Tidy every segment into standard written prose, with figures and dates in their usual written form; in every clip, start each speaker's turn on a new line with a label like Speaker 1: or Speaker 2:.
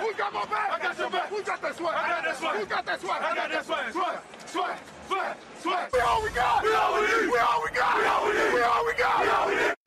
Speaker 1: Who got my back? I got your back. Who got that swag? I got that swag. Who got that swag? I got that swag. Swag. We all we got. We all we need. We all we got. We all we need. We all we got. We all we need.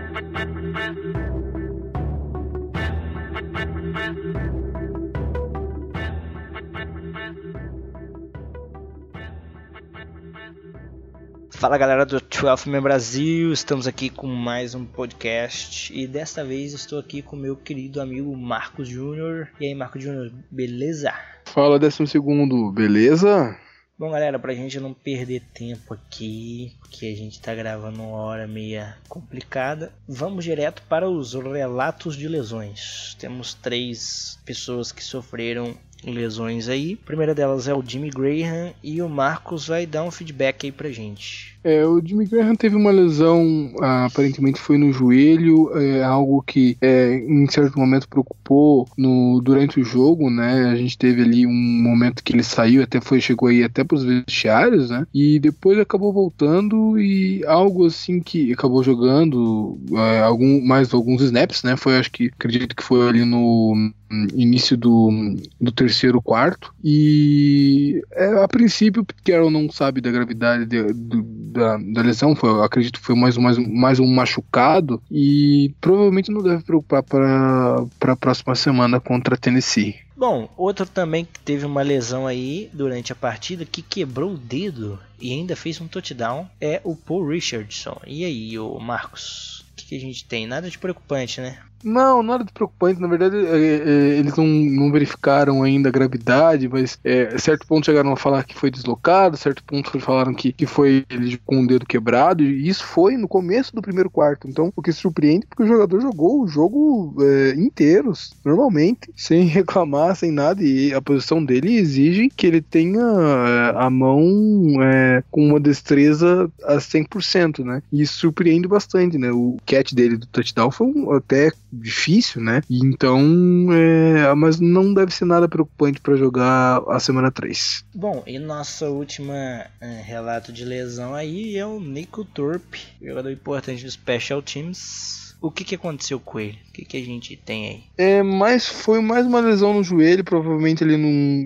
Speaker 2: Fala galera do 12 Man Brasil, estamos aqui com mais um podcast e desta vez estou aqui com meu querido amigo Marcos Júnior. E aí Marcos Júnior, beleza?
Speaker 3: Fala 12º, beleza?
Speaker 2: Bom galera, pra gente não perder tempo aqui, porque a gente tá gravando uma hora meia complicada, vamos direto para os relatos de lesões. Temos 3 pessoas que sofreram lesões aí. A primeira delas é o Jimmy Graham e o Marcos vai dar um feedback aí pra gente.
Speaker 3: O Jimmy Graham teve uma lesão, aparentemente foi no joelho, algo que em certo momento preocupou durante o jogo, né? A gente teve ali um momento que ele saiu, chegou aí até pros vestiários, né? E depois acabou voltando e algo assim que acabou jogando alguns snaps, né? Acredito que foi ali no início do terceiro quarto, e a princípio o Pete Carroll não sabe da gravidade da lesão, acredito que foi mais um machucado, e provavelmente não deve preocupar para a próxima semana contra a Tennessee.
Speaker 2: Bom, outro também que teve uma lesão aí durante a partida, que quebrou o dedo e ainda fez um touchdown, é o Paul Richardson. E aí, o Marcos, o que a gente tem? Nada de preocupante, né?
Speaker 3: Não, nada de preocupante. Na verdade, eles não verificaram ainda a gravidade, mas certo ponto chegaram a falar que foi deslocado, certo ponto falaram que foi ele com o dedo quebrado, e isso foi no começo do primeiro quarto. Então, o que surpreende é porque o jogador jogou o jogo inteiro, normalmente, sem reclamar, sem nada, e a posição dele exige que ele tenha a mão com uma destreza a 100%, né? E isso surpreende bastante, né? O catch dele do touchdown foi até difícil, né? Então, mas não deve ser nada preocupante para jogar a semana 3.
Speaker 2: Bom, e nossa última relato de lesão aí é o Nico Thorpe, jogador importante do Special Teams. O que aconteceu com ele? O que a gente tem aí?
Speaker 3: Mas foi mais uma lesão no joelho, provavelmente ali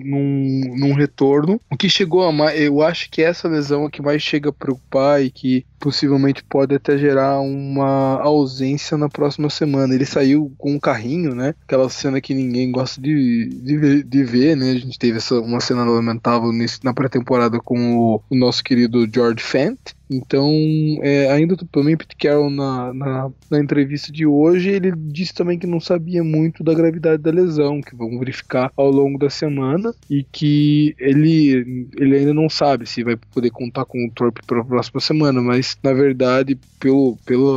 Speaker 3: num retorno. O que chegou eu acho que essa lesão é que mais chega a preocupar e que possivelmente pode até gerar uma ausência na próxima semana. Ele saiu com um carrinho, né? Aquela cena que ninguém gosta de ver, né? A gente teve uma cena lamentável na pré-temporada com o nosso querido George Fant. Então, ainda também Pete Carroll na entrevista de hoje, ele disse também que não sabia muito da gravidade da lesão, que vão verificar ao longo da semana, e que ele ainda não sabe se vai poder contar com o Thorpe para a próxima semana, mas na verdade, pelo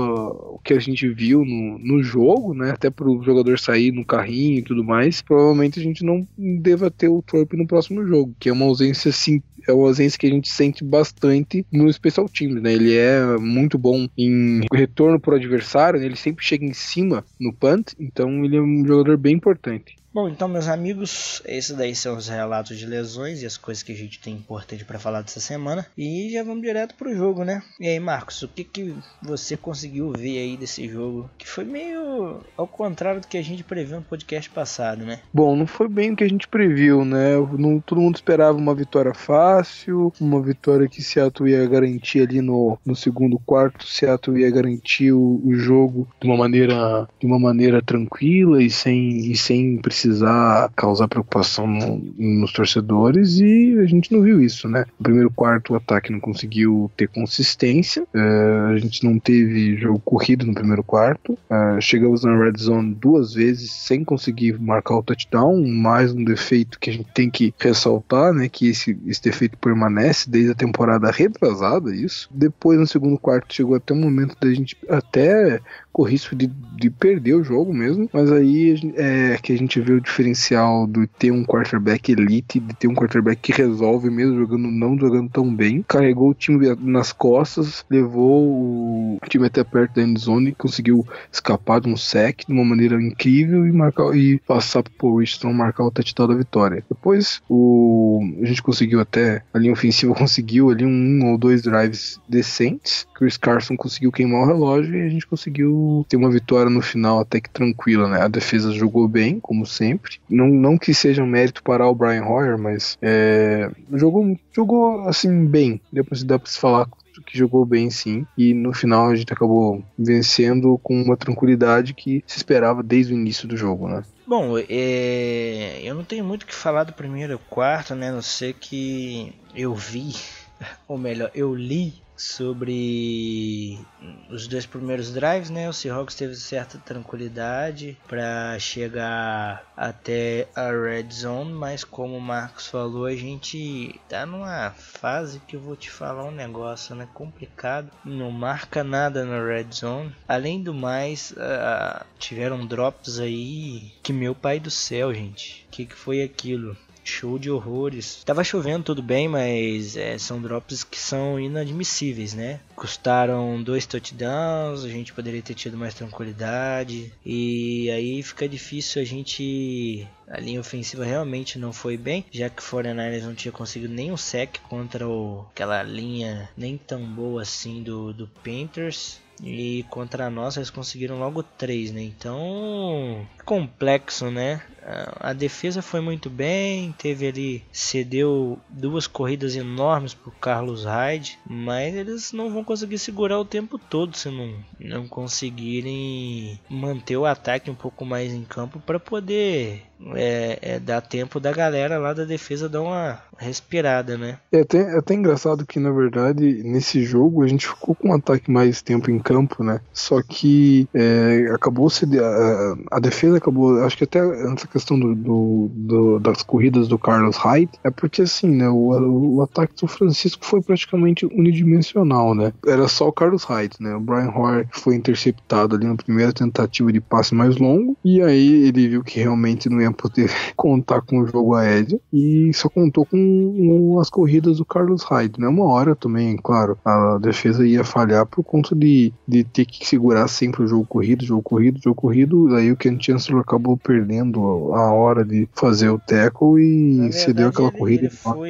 Speaker 3: que a gente viu no jogo, né, até para o jogador sair no carrinho e tudo mais, provavelmente a gente não deva ter o Thorpe no próximo jogo, que é uma ausência assim. É uma ausência que a gente sente bastante no Special Teams, né? Ele é muito bom em retorno pro adversário, né? Ele sempre chega em cima no punt, então ele é um jogador bem importante.
Speaker 2: Bom, então meus amigos, esses daí são os relatos de lesões e as coisas que a gente tem importante para falar dessa semana. E já vamos direto pro jogo, né? E aí, Marcos, o que você conseguiu ver aí desse jogo? Que foi meio ao contrário do que a gente previu no podcast passado, né?
Speaker 3: Bom, não foi bem o que a gente previu, né? Todo mundo esperava uma vitória fácil, uma vitória que Seattle ia garantir ali no segundo quarto. Seattle ia garantir o jogo de uma maneira tranquila e sem precisar causar preocupação nos torcedores, e a gente não viu isso, né? No primeiro quarto o ataque não conseguiu ter consistência, a gente não teve jogo corrido no primeiro quarto, chegamos na red zone 2 vezes sem conseguir marcar o touchdown, mais um defeito que a gente tem que ressaltar, né? Que esse defeito permanece desde a temporada retrasada, isso. Depois no segundo quarto chegou até o momento da gente até com risco de perder o jogo mesmo, mas aí é que a gente vê o diferencial de ter um quarterback elite, de ter um quarterback que resolve mesmo não jogando tão bem, carregou o time nas costas, levou o time até perto da endzone, conseguiu escapar de um sack de uma maneira incrível e passar pro Paul Richardson marcar o touchdown da vitória. Depois a gente conseguiu até, a linha ofensiva conseguiu ali um ou dois drives decentes, Chris Carson conseguiu queimar o relógio e a gente conseguiu ter uma vitória no final até que tranquila, né? A defesa jogou bem, como sempre, sempre. Não que seja um mérito para o Brian Hoyer, mas jogou assim bem. Dá pra se falar que jogou bem, sim, e no final a gente acabou vencendo com uma tranquilidade que se esperava desde o início do jogo, né?
Speaker 2: Bom, eu não tenho muito o que falar do primeiro e quarto, né? A não ser que eu vi, ou melhor, eu li sobre os 2 primeiros drives, né? O Seahawks teve certa tranquilidade para chegar até a red zone, mas como o Marcos falou, a gente tá numa fase que eu vou te falar um negócio, né? Complicado, não marca nada na red zone. Além do mais, tiveram drops aí que meu pai do céu, gente, que foi aquilo? Show de horrores. Tava chovendo, tudo bem, mas são drops que são inadmissíveis, né? Custaram 2 touchdowns, a gente poderia ter tido mais tranquilidade. E aí fica difícil a gente... A linha ofensiva realmente não foi bem, já que o 49ers não tinha conseguido nenhum sack contra aquela linha nem tão boa assim do Panthers. E contra nós eles conseguiram logo 3, né? Então, complexo, né? A defesa foi muito bem, cedeu 2 corridas enormes pro Carlos Hyde, mas eles não vão conseguir segurar o tempo todo se não conseguirem manter o ataque um pouco mais em campo para poder dar tempo da galera lá da defesa dar uma respirada, né?
Speaker 3: É até engraçado que, na verdade, nesse jogo a gente ficou com um ataque mais tempo em campo, né? Só que acabou a defesa acabou, acho que até essa questão das corridas do Carlos Hyde, é porque assim, né, o ataque do Francisco foi praticamente unidimensional, né? Era só o Carlos Hyde, né? O Brian Hoyer foi interceptado ali na primeira tentativa de passe mais longo, e aí ele viu que realmente não ia poder contar com o jogo aéreo, e só contou com as corridas do Carlos Hyde, né? Uma hora também, claro, a defesa ia falhar por conta de ter que segurar sempre o jogo corrido, aí o Ken Chancellor acabou perdendo a hora de fazer o tackle e cedeu aquela corrida.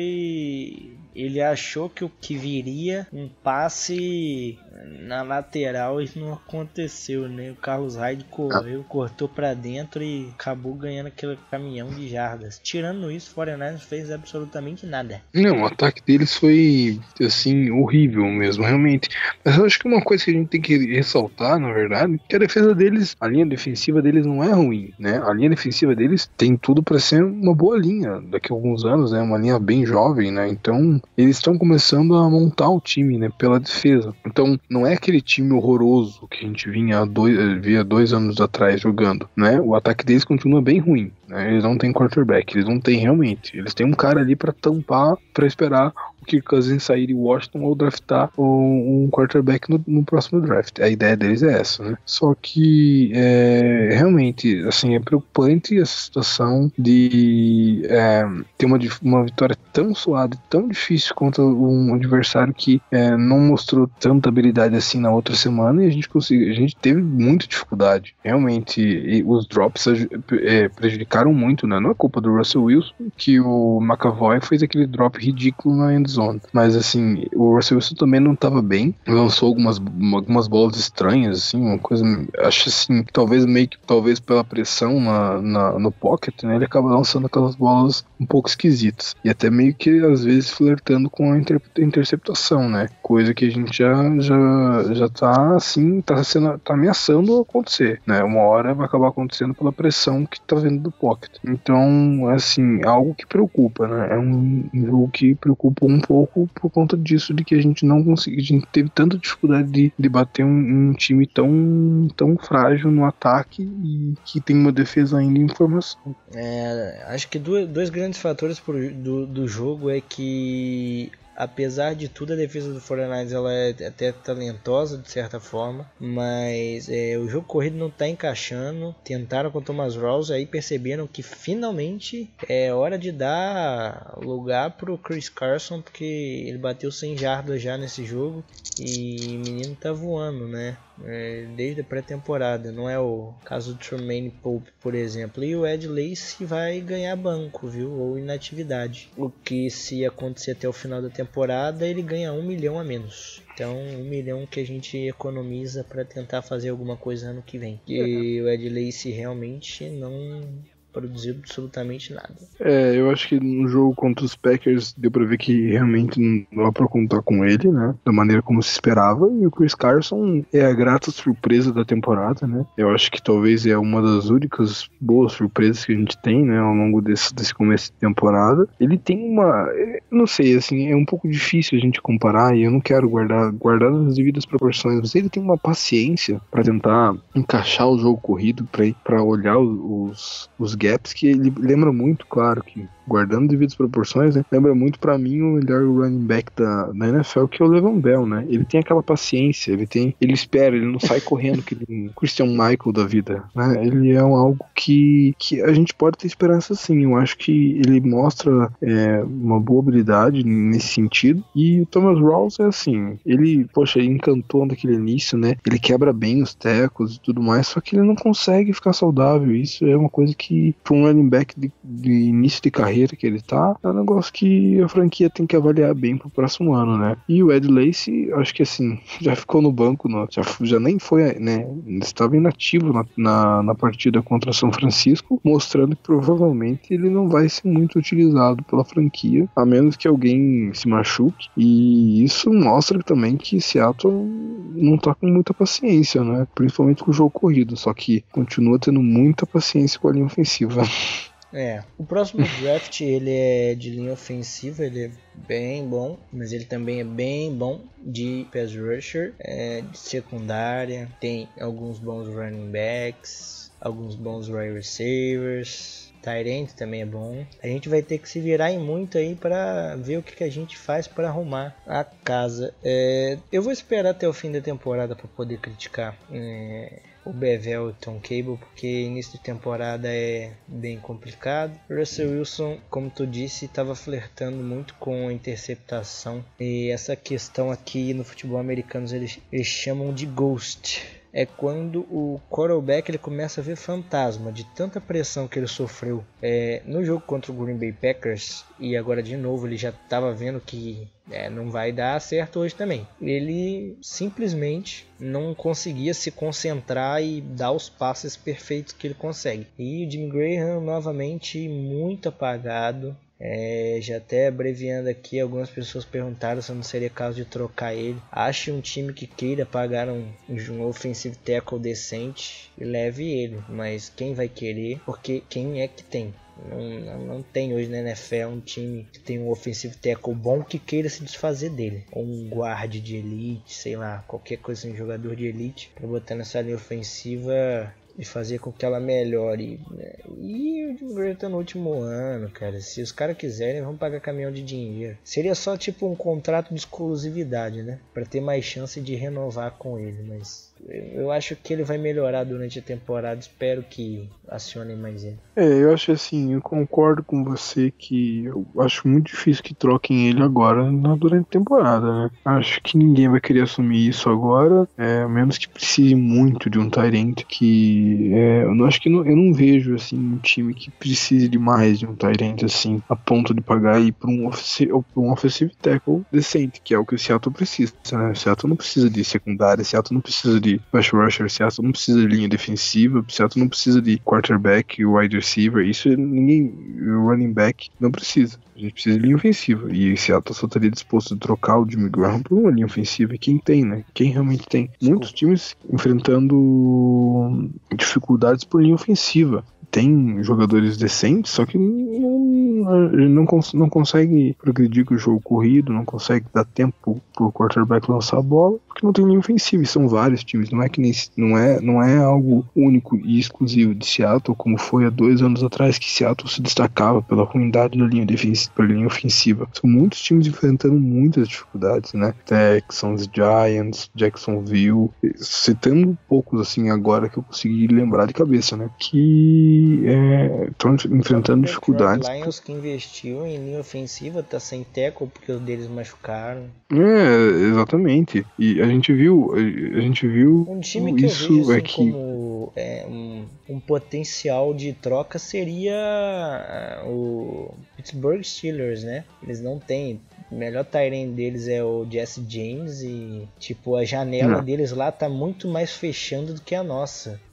Speaker 2: Ele achou que viria um passe na lateral e não aconteceu, né? O Carlos Hyde cortou pra dentro e acabou ganhando aquele caminhão de jardas. Tirando isso, o 49ers não fez absolutamente nada.
Speaker 3: Não, o ataque deles foi, assim, horrível mesmo, realmente. Mas eu acho que uma coisa que a gente tem que ressaltar, na verdade, é que a defesa deles, a linha defensiva deles não é ruim, né? A linha defensiva deles tem tudo pra ser uma boa linha daqui a alguns anos, né? Uma linha bem jovem, né? Então, eles estão começando a montar o time, né, pela defesa. Então, não é aquele time horroroso que a gente via 2 anos atrás jogando, né? O ataque deles continua bem ruim, né? Eles não têm quarterback, eles não têm realmente. Eles têm um cara ali pra tampar, pra esperar o Kirk Cousins sair de Washington ou draftar um quarterback no próximo draft. A ideia deles é essa, né? Só que realmente, assim, é preocupante essa situação de ter uma vitória tão suada, tão difícil contra um adversário que não mostrou tanta habilidade assim na outra semana, e a gente teve muita dificuldade. Realmente, os drops prejudicaram muito, né? Não é culpa do Russell Wilson, que o McAvoy fez aquele drop ridículo na endzone. Mas assim, o Russell Wilson também não estava bem, lançou algumas bolas estranhas, assim, uma coisa, acho assim, talvez pela pressão no pocket, né? Ele acaba lançando aquelas bolas um pouco esquisitas, e até meio que às vezes flertando com a interceptação, né? Coisa que a gente já tá assim, tá ameaçando acontecer, né? Uma hora vai acabar acontecendo pela pressão que tá vindo do pocket. Então, assim, é algo que preocupa, né? É um jogo que preocupa um pouco por conta disso, de que a gente não conseguiu, a gente teve tanta dificuldade de bater um time tão frágil no ataque e que tem uma defesa ainda em formação.
Speaker 2: Acho que dois grandes fatores do jogo é que, apesar de tudo, a defesa do 49ers ela é até talentosa de certa forma, mas o jogo corrido não está encaixando. Tentaram com o Thomas Rawls, aí perceberam que finalmente é hora de dar lugar pro Chris Carson, porque ele bateu 100 jardas já nesse jogo e o menino tá voando, né? Desde a pré-temporada, não é o caso do Tremaine Pope, por exemplo. E o Ed Lacy vai ganhar banco, viu? Ou inatividade. O que, se acontecer até o final da temporada, ele ganha 1 milhão a menos. Então, 1 milhão que a gente economiza para tentar fazer alguma coisa ano que vem. E o Ed Lacy realmente não produziu absolutamente nada.
Speaker 3: Eu acho que no jogo contra os Packers deu pra ver que realmente não dava pra contar com ele, né? Da maneira como se esperava. E o Chris Carson é a grata surpresa da temporada, né? Eu acho que talvez é uma das únicas boas surpresas que a gente tem, né? Ao longo desse começo de temporada. Ele tem uma... não sei, assim, é um pouco difícil a gente comparar e eu não quero guardar as devidas proporções, mas ele tem uma paciência pra tentar encaixar o jogo corrido, pra olhar os gaps, que ele lembra muito, claro, que guardando devidas proporções, né, lembra muito pra mim o melhor running back da NFL, que é o Le'Veon Bell, né? Ele tem aquela paciência, ele espera, ele não sai correndo que ele Christian Michael da vida, né? Ele é algo que a gente pode ter esperança sim. Eu acho que ele mostra uma boa habilidade nesse sentido, e o Thomas Rawls é assim, ele encantou naquele início, né? Ele quebra bem os tecos e tudo mais, só que ele não consegue ficar saudável. Isso é uma coisa que, para um running back de início de carreira que ele tá, é um negócio que a franquia tem que avaliar bem pro próximo ano, né? E o Ed Lacy, acho que assim, já ficou no banco, já nem foi, né? Estava inativo na partida contra São Francisco, mostrando que provavelmente ele não vai ser muito utilizado pela franquia, a menos que alguém se machuque, e isso mostra também que Seattle não tá com muita paciência, né? Principalmente com o jogo corrido, só que continua tendo muita paciência com a linha ofensiva.
Speaker 2: O próximo draft ele é de linha ofensiva, ele é bem bom, mas ele também é bem bom de pass rusher, de secundária, tem alguns bons running backs, alguns bons wide receivers, tight end também é bom. A gente vai ter que se virar em muito aí para ver o que a gente faz para arrumar a casa. Eu vou esperar até o fim da temporada para poder criticar o Bevel e o Tom Cable, porque início de temporada é bem complicado. Russell Wilson, como tu disse, estava flertando muito com a interceptação, e essa questão aqui no futebol americano eles chamam de ghost. É quando o quarterback ele começa a ver fantasma de tanta pressão que ele sofreu no jogo contra o Green Bay Packers, e agora de novo ele já estava vendo que não vai dar certo hoje também. Ele simplesmente não conseguia se concentrar e dar os passes perfeitos que ele consegue. E o Jimmy Graham novamente muito apagado. Já até abreviando aqui, algumas pessoas perguntaram se não seria caso de trocar ele. Ache um time que queira pagar um offensive tackle decente e leve ele, mas quem vai querer? Porque quem é que tem? Não tem hoje na NFL um time que tem um offensive tackle bom que queira se desfazer dele, ou um guard de elite, sei lá, qualquer coisa, um jogador de elite para botar nessa linha ofensiva e fazer com que ela melhore, né? E o Jimmy Graham tá no último ano, cara. Se os caras quiserem, vão pagar caminhão de dinheiro. Seria só tipo um contrato de exclusividade, né? Pra ter mais chance de renovar com ele. Mas eu acho que ele vai melhorar durante a temporada. Espero que acionem mais ele.
Speaker 3: Eu acho assim, eu concordo com você que eu acho muito difícil que troquem ele agora durante a temporada, né? Acho que ninguém vai querer assumir isso agora, a menos que precise muito de um tight end eu não vejo assim um time que precise de mais de um tight end assim, a ponto de pagar aí por um offensive tackle decente, que é o que o Seattle precisa, né? O Seattle não precisa de secundária, o Seattle não precisa de pass rusher, o Seattle não precisa de linha defensiva, o Seattle não precisa de quarterback, wide receiver, isso o running back não precisa. A gente precisa de linha ofensiva, e o Seattle só estaria disposto a trocar o Jimmy Graham por uma linha ofensiva, e quem tem, né? Quem realmente tem. Muitos times enfrentando dificuldades por linha ofensiva. Tem jogadores decentes, só que não consegue progredir com o jogo corrido, não consegue dar tempo pro quarterback lançar a bola, porque não tem linha ofensiva. E são vários times, não é algo único e exclusivo de Seattle, como foi há 2 anos atrás, que Seattle se destacava pela ruindade da linha defensiva, pela linha ofensiva. São muitos times enfrentando muitas dificuldades, né? Texans, Giants, Jacksonville, citando poucos assim agora que eu consegui lembrar de cabeça, né? Que estão enfrentando dificuldades.
Speaker 2: O Lions que investiu em linha ofensiva tá sem tackle porque os deles machucaram.
Speaker 3: Exatamente. E a gente viu
Speaker 2: um time que
Speaker 3: isso
Speaker 2: eu vejo assim, como um potencial de troca seria o Pittsburgh Steelers, né? Eles não têm. O melhor tight end deles é o Jesse James, e tipo, a janela deles lá tá muito mais fechando do que a nossa.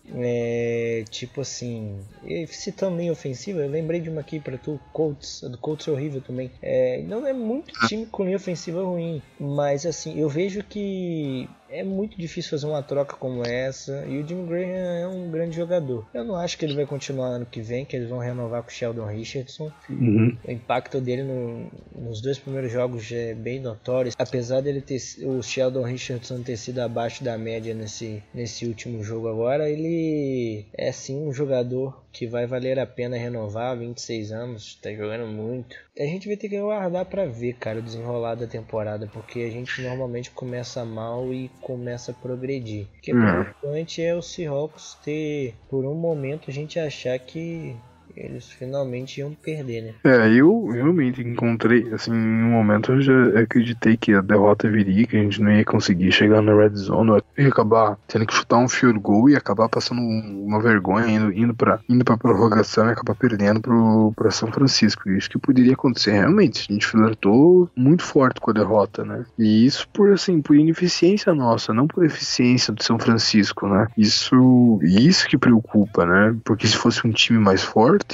Speaker 2: Tipo assim, citando linha ofensiva, eu lembrei de uma aqui pra tu, Colts. A do Colts é horrível também. Não é muito time com linha ofensiva ruim, mas assim, eu vejo que é muito difícil fazer uma troca como essa, e o Jimmy Graham é um grande jogador. Eu não acho que ele vai continuar ano que vem, que eles vão renovar com o Sheldon Richardson. O impacto dele nos 2 primeiros jogos é bem notório, apesar dele o Sheldon Richardson ter sido abaixo da média nesse último jogo agora, ele é sim um jogador que vai valer a pena renovar, 26 anos, tá jogando muito. A gente vai ter que aguardar pra ver, cara, o desenrolar da temporada, porque a gente normalmente começa mal e começa a progredir. O que é preocupante é o Seahawks ter, por um momento, a gente achar que eles finalmente iam perder, né?
Speaker 3: Eu realmente encontrei, assim, em um momento eu já acreditei que a derrota viria, que a gente não ia conseguir chegar na red zone, ia acabar tendo que chutar um field goal e acabar passando uma vergonha, indo pra prorrogação e acabar perdendo pra São Francisco. Isso que poderia acontecer realmente. A gente flertou muito forte com a derrota, né? E isso por ineficiência nossa, não por eficiência do São Francisco, né? Isso que preocupa, né? Porque se fosse um time mais forte,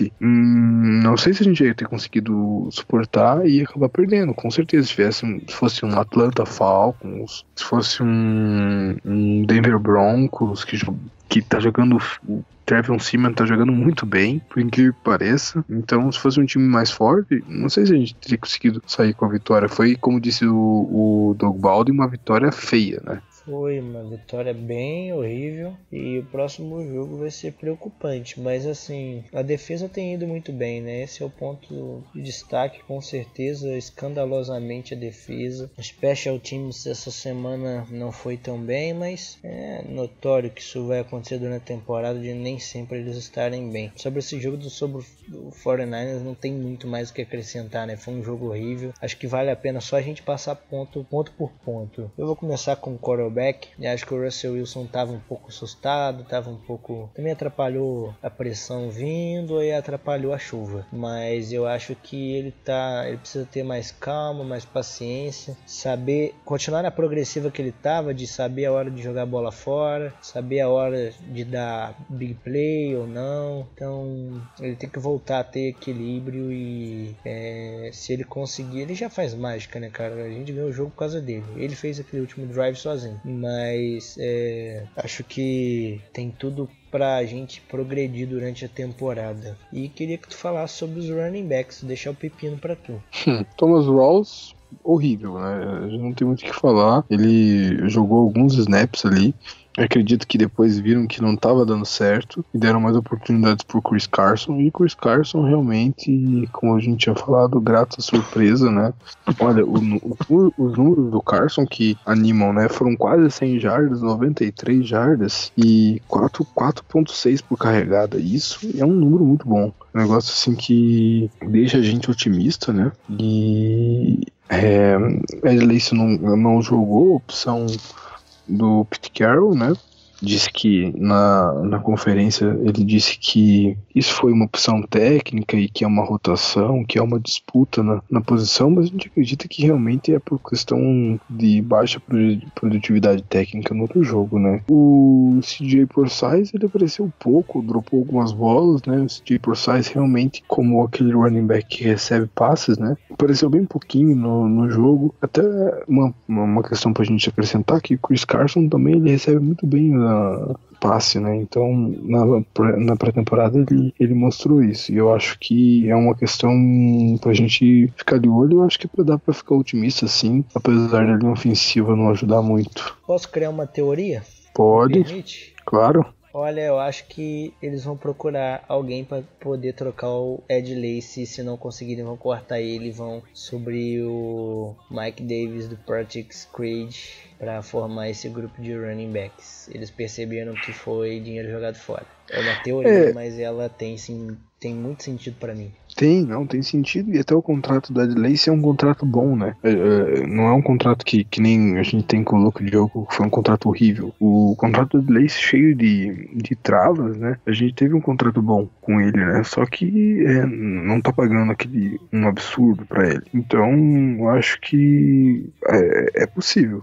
Speaker 3: não sei se a gente ia ter conseguido suportar e ia acabar perdendo, com certeza. Se fosse um Atlanta Falcons, se fosse um Denver Broncos que tá jogando, o Trevon Seaman tá jogando muito bem, por incrível que pareça. Então, se fosse um time mais forte, não sei se a gente teria conseguido sair com a vitória. Foi, como disse o Doug Baldwin, uma vitória feia, né?
Speaker 2: Foi uma vitória bem horrível e o próximo jogo vai ser preocupante, mas assim, a defesa tem ido muito bem, né? Esse é o ponto de destaque, com certeza, escandalosamente a defesa. O Special Teams essa semana não foi tão bem, mas é notório que isso vai acontecer durante a temporada, de nem sempre eles estarem bem. Sobre esse jogo sobre o 49ers não tem muito mais o que acrescentar, né? Foi um jogo horrível, acho que vale a pena só a gente passar ponto por ponto. Eu vou começar com o quarterback. Acho que o Russell Wilson estava um pouco assustado, também atrapalhou a pressão vindo e atrapalhou a chuva, mas eu acho que ele precisa ter mais calma, mais paciência, saber continuar na progressiva que ele estava, de saber a hora de jogar a bola fora, saber a hora de dar big play ou não. Então ele tem que voltar a ter equilíbrio e se ele conseguir, ele já faz mágica, né, cara? A gente ganhou o jogo por causa dele, ele fez aquele último drive sozinho. Mas acho que tem tudo pra gente progredir durante a temporada. E queria que tu falasse sobre os running backs, deixar o pepino pra tu.
Speaker 3: Thomas Rawls, horrível, né? Não tem muito o que falar. Ele jogou alguns snaps ali. Acredito que depois viram que não estava dando certo e deram mais oportunidades pro Chris Carson. E Chris Carson realmente, como a gente tinha falado, grata surpresa, né? Olha, os números do Carson que animam, né? Foram quase 100 jardas, 93 jardas e 4.6 por carregada. Isso é um número muito bom. Um negócio assim que deixa a gente otimista, né? E Ed Lacy não jogou a opção do Pete Carroll, né? Disse que na conferência ele disse que isso foi uma opção técnica e que é uma rotação, que é uma disputa na posição, mas a gente acredita que realmente é por questão de baixa produtividade técnica no outro jogo, né? O CJ Prosise, ele apareceu pouco, dropou algumas bolas, né? O CJ Prosise realmente, como aquele running back que recebe passes, né? Apareceu bem pouquinho no jogo. Até uma questão pra gente acrescentar que o Chris Carson também ele recebe muito bem passe, né? Então na pré-temporada ele mostrou isso, e eu acho que é uma questão pra gente ficar de olho. Eu acho que dá pra ficar otimista sim, apesar da linha ofensiva não ajudar muito.
Speaker 2: Posso criar uma teoria?
Speaker 3: Pode, claro.
Speaker 2: Olha, eu acho que eles vão procurar alguém para poder trocar o Ed Lacy. Se não conseguirem, vão cortar ele, vão sobre o Mike Davis do Project Creed para formar esse grupo de running backs. Eles perceberam que foi dinheiro jogado fora. É uma teoria, mas ela tem muito sentido para mim.
Speaker 3: Tem sentido, e até o contrato da Ed Lacy é um contrato bom, né? Não é um contrato que nem a gente tem com o Luke Diogo, que foi um contrato horrível. O contrato da Ed Lacy cheio de travas, né? A gente teve um contrato bom com ele, né? Só que não tá pagando um absurdo pra ele. Então, eu acho que é possível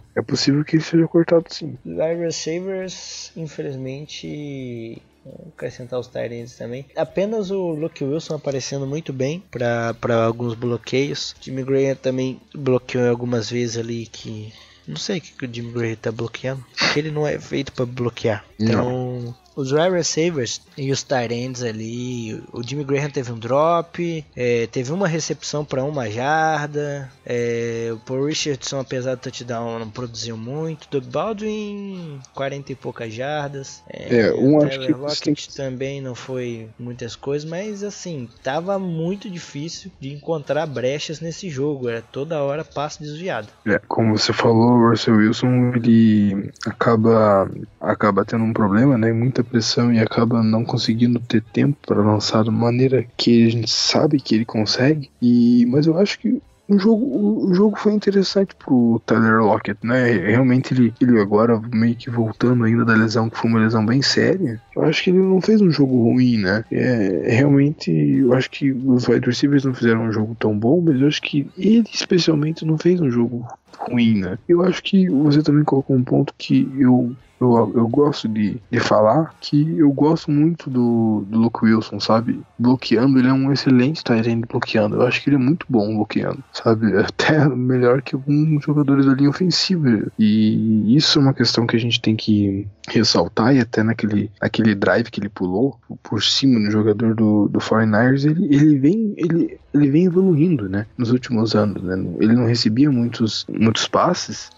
Speaker 3: possível que ele seja cortado sim.
Speaker 2: Wide receivers, infelizmente, vou acrescentar os tight ends também. Apenas o Luke Wilson aparecendo muito bem para alguns bloqueios. Jimmy Graham também bloqueou algumas vezes ali que... Não sei o que o Jimmy Graham tá bloqueando. Porque ele não é feito para bloquear. Então... Os wide receivers e os tight ends ali, o Jimmy Graham teve um drop, teve uma recepção para 1 jarda, o Paul Richardson, apesar do touchdown, não produziu muito, Doug Baldwin, 40 e poucas jardas, o Tyler Lockett também não foi muitas coisas, mas assim, tava muito difícil de encontrar brechas nesse jogo, era toda hora passe desviado.
Speaker 3: Como você falou, o Russell Wilson, ele acaba tendo um problema, né, muita pressão e acaba não conseguindo ter tempo para lançar da maneira que a gente sabe que ele consegue. Mas eu acho que o jogo foi interessante pro Tyler Lockett, né? Realmente ele agora meio que voltando ainda da lesão, que foi uma lesão bem séria. Eu acho que ele não fez um jogo ruim, né? Realmente, eu acho que os wide receivers não fizeram um jogo tão bom, mas eu acho que ele especialmente não fez um jogo ruim, né? Eu acho que você também colocou um ponto que eu gosto de falar, que eu gosto muito do Luke Wilson, sabe? Bloqueando, ele é um excelente tight end bloqueando. Eu acho que ele é muito bom bloqueando, sabe? Até melhor que alguns jogadores da linha ofensiva. E isso é uma questão que a gente tem que ressaltar, e até naquele drive que ele pulou por cima no jogador do 49ers, ele vem evoluindo, né? Nos últimos anos, né? Ele não recebia muitos passes,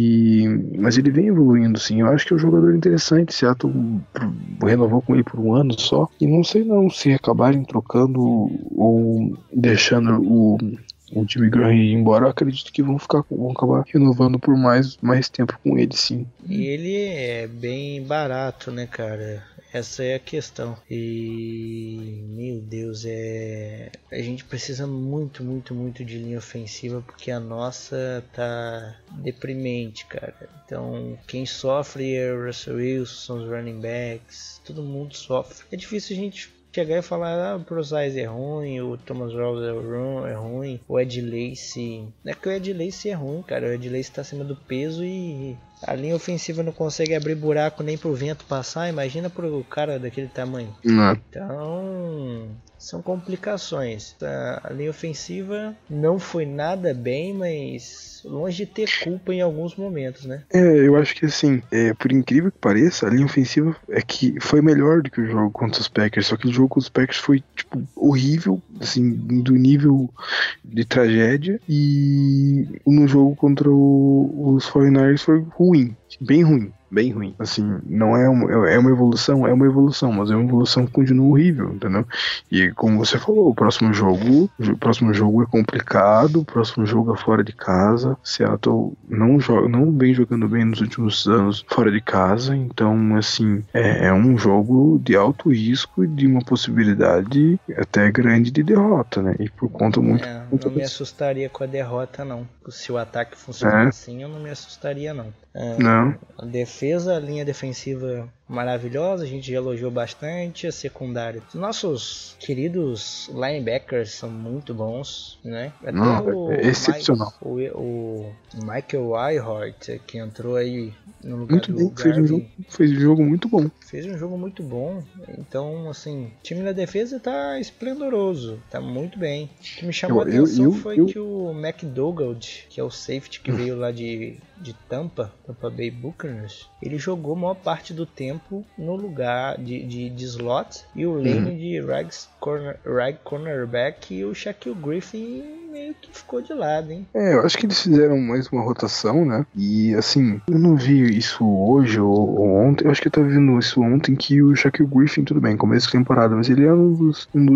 Speaker 3: mas ele vem evoluindo, sim. Eu acho que é um jogador interessante. Seattle renovou com ele por 1 ano só, e não sei não se acabarem trocando ou deixando o Jimmy Graham ir embora. Eu acredito que vão acabar renovando por mais tempo com ele, sim.
Speaker 2: E ele é bem barato, né, cara? Essa é a questão. E, meu Deus, a gente precisa muito, muito, muito de linha ofensiva, porque a nossa tá deprimente, cara. Então, quem sofre é o Russell Wilson, os running backs, todo mundo sofre. É difícil a gente chegar e falar, o Procise é ruim, o Thomas Rawls é ruim, o Ed Lacy... Não é que o Ed Lacy é ruim, cara. O Ed Lacy tá acima do peso e a linha ofensiva não consegue abrir buraco nem pro vento passar. Imagina pro cara daquele tamanho. Então, são complicações. A linha ofensiva não foi nada bem, mas longe de ter culpa em alguns momentos, né?
Speaker 3: Eu acho que assim, por incrível que pareça, a linha ofensiva que foi melhor do que o jogo contra os Packers, só que o jogo contra os Packers foi, tipo, horrível, assim, do nível de tragédia, e no jogo contra os 49ers foi ruim, bem ruim, assim, não é uma evolução, mas é uma evolução que continua horrível, entendeu? E como você falou, o próximo jogo é complicado, o próximo jogo é fora de casa. Seattle não vem jogando bem nos últimos anos fora de casa, então, assim, é um jogo de alto risco e de uma possibilidade até grande de derrota, né? E por conta muito...
Speaker 2: não me assustaria com a derrota, não. Se o ataque funcionar assim, eu não me assustaria, não.
Speaker 3: Não.
Speaker 2: A linha defensiva maravilhosa, a gente já elogiou bastante. A secundária, nossos queridos linebackers são muito bons, né?
Speaker 3: Até excepcional.
Speaker 2: O Michael Whitehart, que entrou aí no lugar
Speaker 3: muito
Speaker 2: do
Speaker 3: bem,
Speaker 2: Garvin,
Speaker 3: fez um jogo muito bom.
Speaker 2: Fez um jogo muito bom. Então, assim, o time da defesa tá esplendoroso, tá muito bem. O que me chamou a atenção foi que o McDougald, que é o safety que veio lá de Tampa Bay Buccaneers, ele jogou a maior parte do tempo no lugar de slot, e o lane de right cornerback, e o Shaquille Griffin meio que ficou de lado, hein?
Speaker 3: Eu acho que eles fizeram mais uma rotação, né? E assim, eu não vi isso hoje ou ontem, eu acho que eu tava vendo isso ontem, que o Shaquille Griffin, tudo bem, começo de temporada, mas ele era um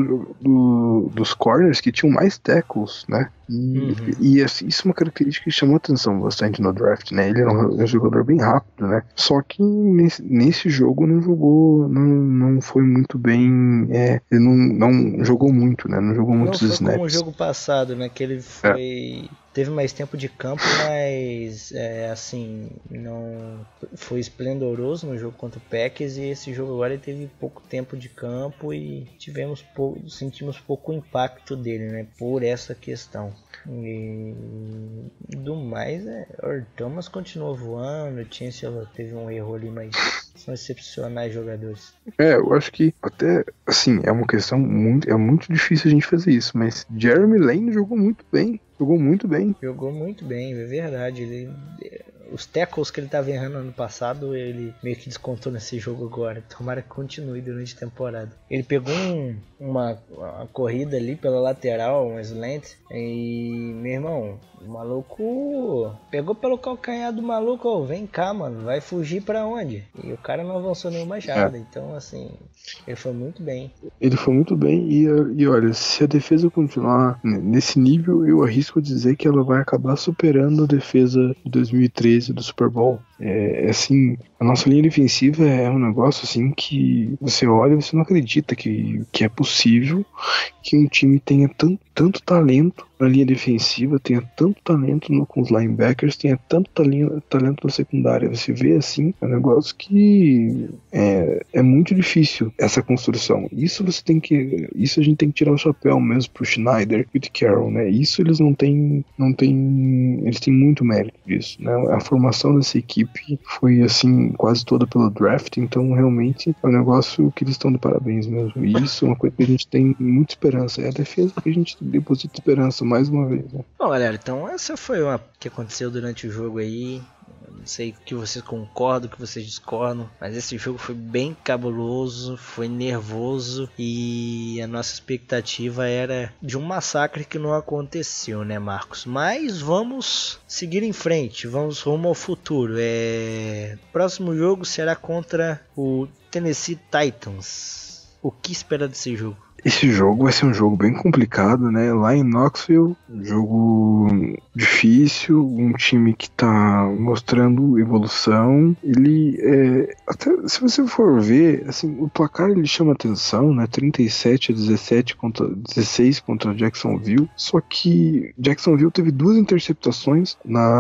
Speaker 3: dos corners que tinham mais tackles, né? E assim, isso é uma característica que chamou atenção bastante no draft, né? Ele era um jogador bem rápido, né? Só que nesse jogo não jogou, não foi muito bem, ele não jogou muito, né? Não jogou muitos snaps.
Speaker 2: Não foi como o jogo passado, né? Que ele foi teve mais tempo de campo, mas assim, não foi esplendoroso no jogo contra o Packers, e esse jogo agora ele teve pouco tempo de campo e sentimos pouco impacto dele, né, por essa questão. E do mais, o Earl Thomas continuou voando, o Chancellor teve um erro ali, mas são excepcionais jogadores.
Speaker 3: Eu acho que até, assim, é uma questão muito difícil a gente fazer isso, mas Jeremy Lane jogou muito bem. Jogou muito bem,
Speaker 2: é verdade. Os tackles que ele estava errando ano passado, ele meio que descontou nesse jogo agora. Tomara que continue durante a temporada. Ele pegou uma corrida ali pela lateral, um slant, e, meu irmão, o maluco pegou pelo calcanhar do maluco. Oh, vem cá, mano, vai fugir pra onde? E o cara não avançou nenhuma jarda. Então, assim, ele foi muito bem.
Speaker 3: E olha, se a defesa continuar nesse nível, eu arrisco dizer que ela vai acabar superando a defesa de 2013 do Super Bowl. Assim, a nossa linha defensiva é um negócio assim que você olha e você não acredita que é possível que um time tenha tanto talento na linha defensiva, tenha tanto talento com os linebackers, tenha tanto talento na secundária. Você vê assim, é um negócio que é muito difícil essa construção. Isso a gente tem que tirar o chapéu mesmo pro Schneider e Pete Carroll, né? Isso eles eles têm muito mérito disso, né? A formação dessa equipe foi assim quase toda pelo draft, então realmente é um negócio que eles estão de parabéns mesmo. E isso é uma coisa que a gente tem muita esperança. É a defesa que a gente deposita esperança mais uma vez, né?
Speaker 2: Bom, galera, então essa foi uma que aconteceu durante o jogo aí. Não sei o que vocês concordam, o que vocês discordam, mas esse jogo foi bem cabuloso, foi nervoso, e a nossa expectativa era de um massacre que não aconteceu, né, Marcos? Mas vamos seguir em frente, vamos rumo ao futuro. Próximo jogo será contra o Tennessee Titans. O que esperar desse jogo?
Speaker 3: Esse jogo vai ser um jogo bem complicado, né? Lá em Knoxville, um jogo difícil, um time que tá mostrando evolução. Ele até se você for ver, assim, o placar ele chama atenção, né? 37-17 contra 16 contra Jacksonville. Só que Jacksonville teve 2 interceptações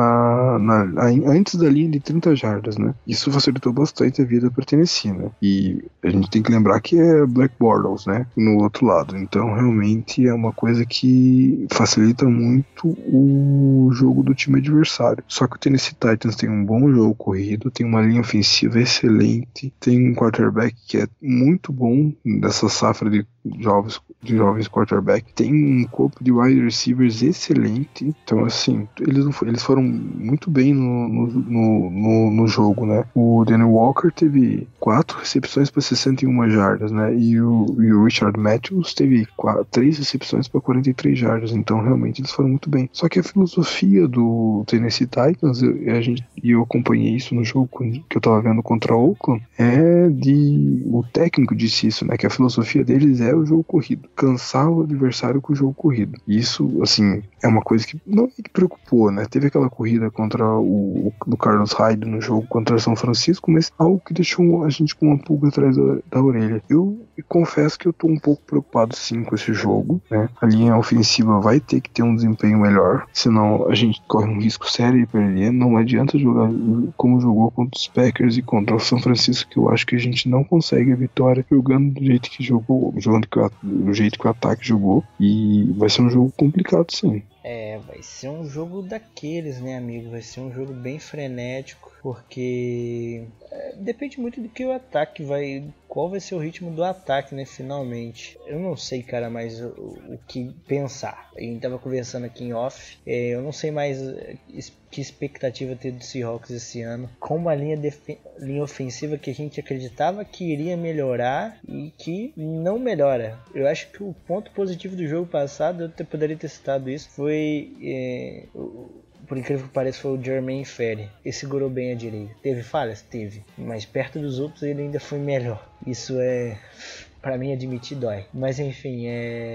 Speaker 3: antes da linha de 30 jardas, né? Isso facilitou bastante a vida para Tennessee, né? E a gente tem que lembrar que é Black Bortles, né? No outro lado. Então, realmente é uma coisa que facilita muito o jogo do time adversário. Só que o Tennessee Titans tem um bom jogo corrido, tem uma linha ofensiva excelente, tem um quarterback que é muito bom dessa safra de jovens quarterback, tem um corpo de wide receivers excelente. Então, assim, eles foram muito bem no jogo, né? O Danny Walker teve 4 recepções para 61 jardas, né? E o Richard Matthews teve 3 recepções para 43 jardas. Então, realmente, eles foram muito bem. Só que a filosofia do Tennessee Titans, eu acompanhei isso no jogo que eu tava vendo contra o Oakland, o técnico disse isso, né? Que a filosofia deles é o jogo corrido, cansar o adversário com o jogo corrido. E isso, assim, é uma coisa que não me preocupou, né? Teve aquela corrida contra o Carlos Hyde no jogo contra São Francisco, mas algo que deixou a gente com uma pulga atrás da orelha. Eu confesso que eu tô um pouco preocupado sim com esse jogo, né? A linha ofensiva vai ter que ter um desempenho melhor, senão a gente corre um risco sério de perder. Não adianta jogar como jogou contra os Packers e contra o São Francisco, que eu acho que a gente não consegue a vitória jogando do jeito que jogou, do jeito que o ataque jogou, e vai ser um jogo complicado sim.
Speaker 2: Vai ser um jogo daqueles, né, amigo? Vai ser um jogo bem frenético, porque depende muito do que o ataque qual vai ser o ritmo do ataque, né, finalmente. Eu não sei, cara, mais o que pensar. A gente tava conversando aqui em off, eu não sei mais que expectativa ter do Seahawks esse ano, com uma linha ofensiva que a gente acreditava que iria melhorar e que não melhora. Eu acho que o ponto positivo do jogo passado, eu poderia ter citado isso, foi por incrível que pareça, foi o Jermaine Ferry. Ele segurou bem a direita. Teve falhas? Teve. Mas perto dos outros ele ainda foi melhor. Isso pra mim, admitir dói. Mas enfim,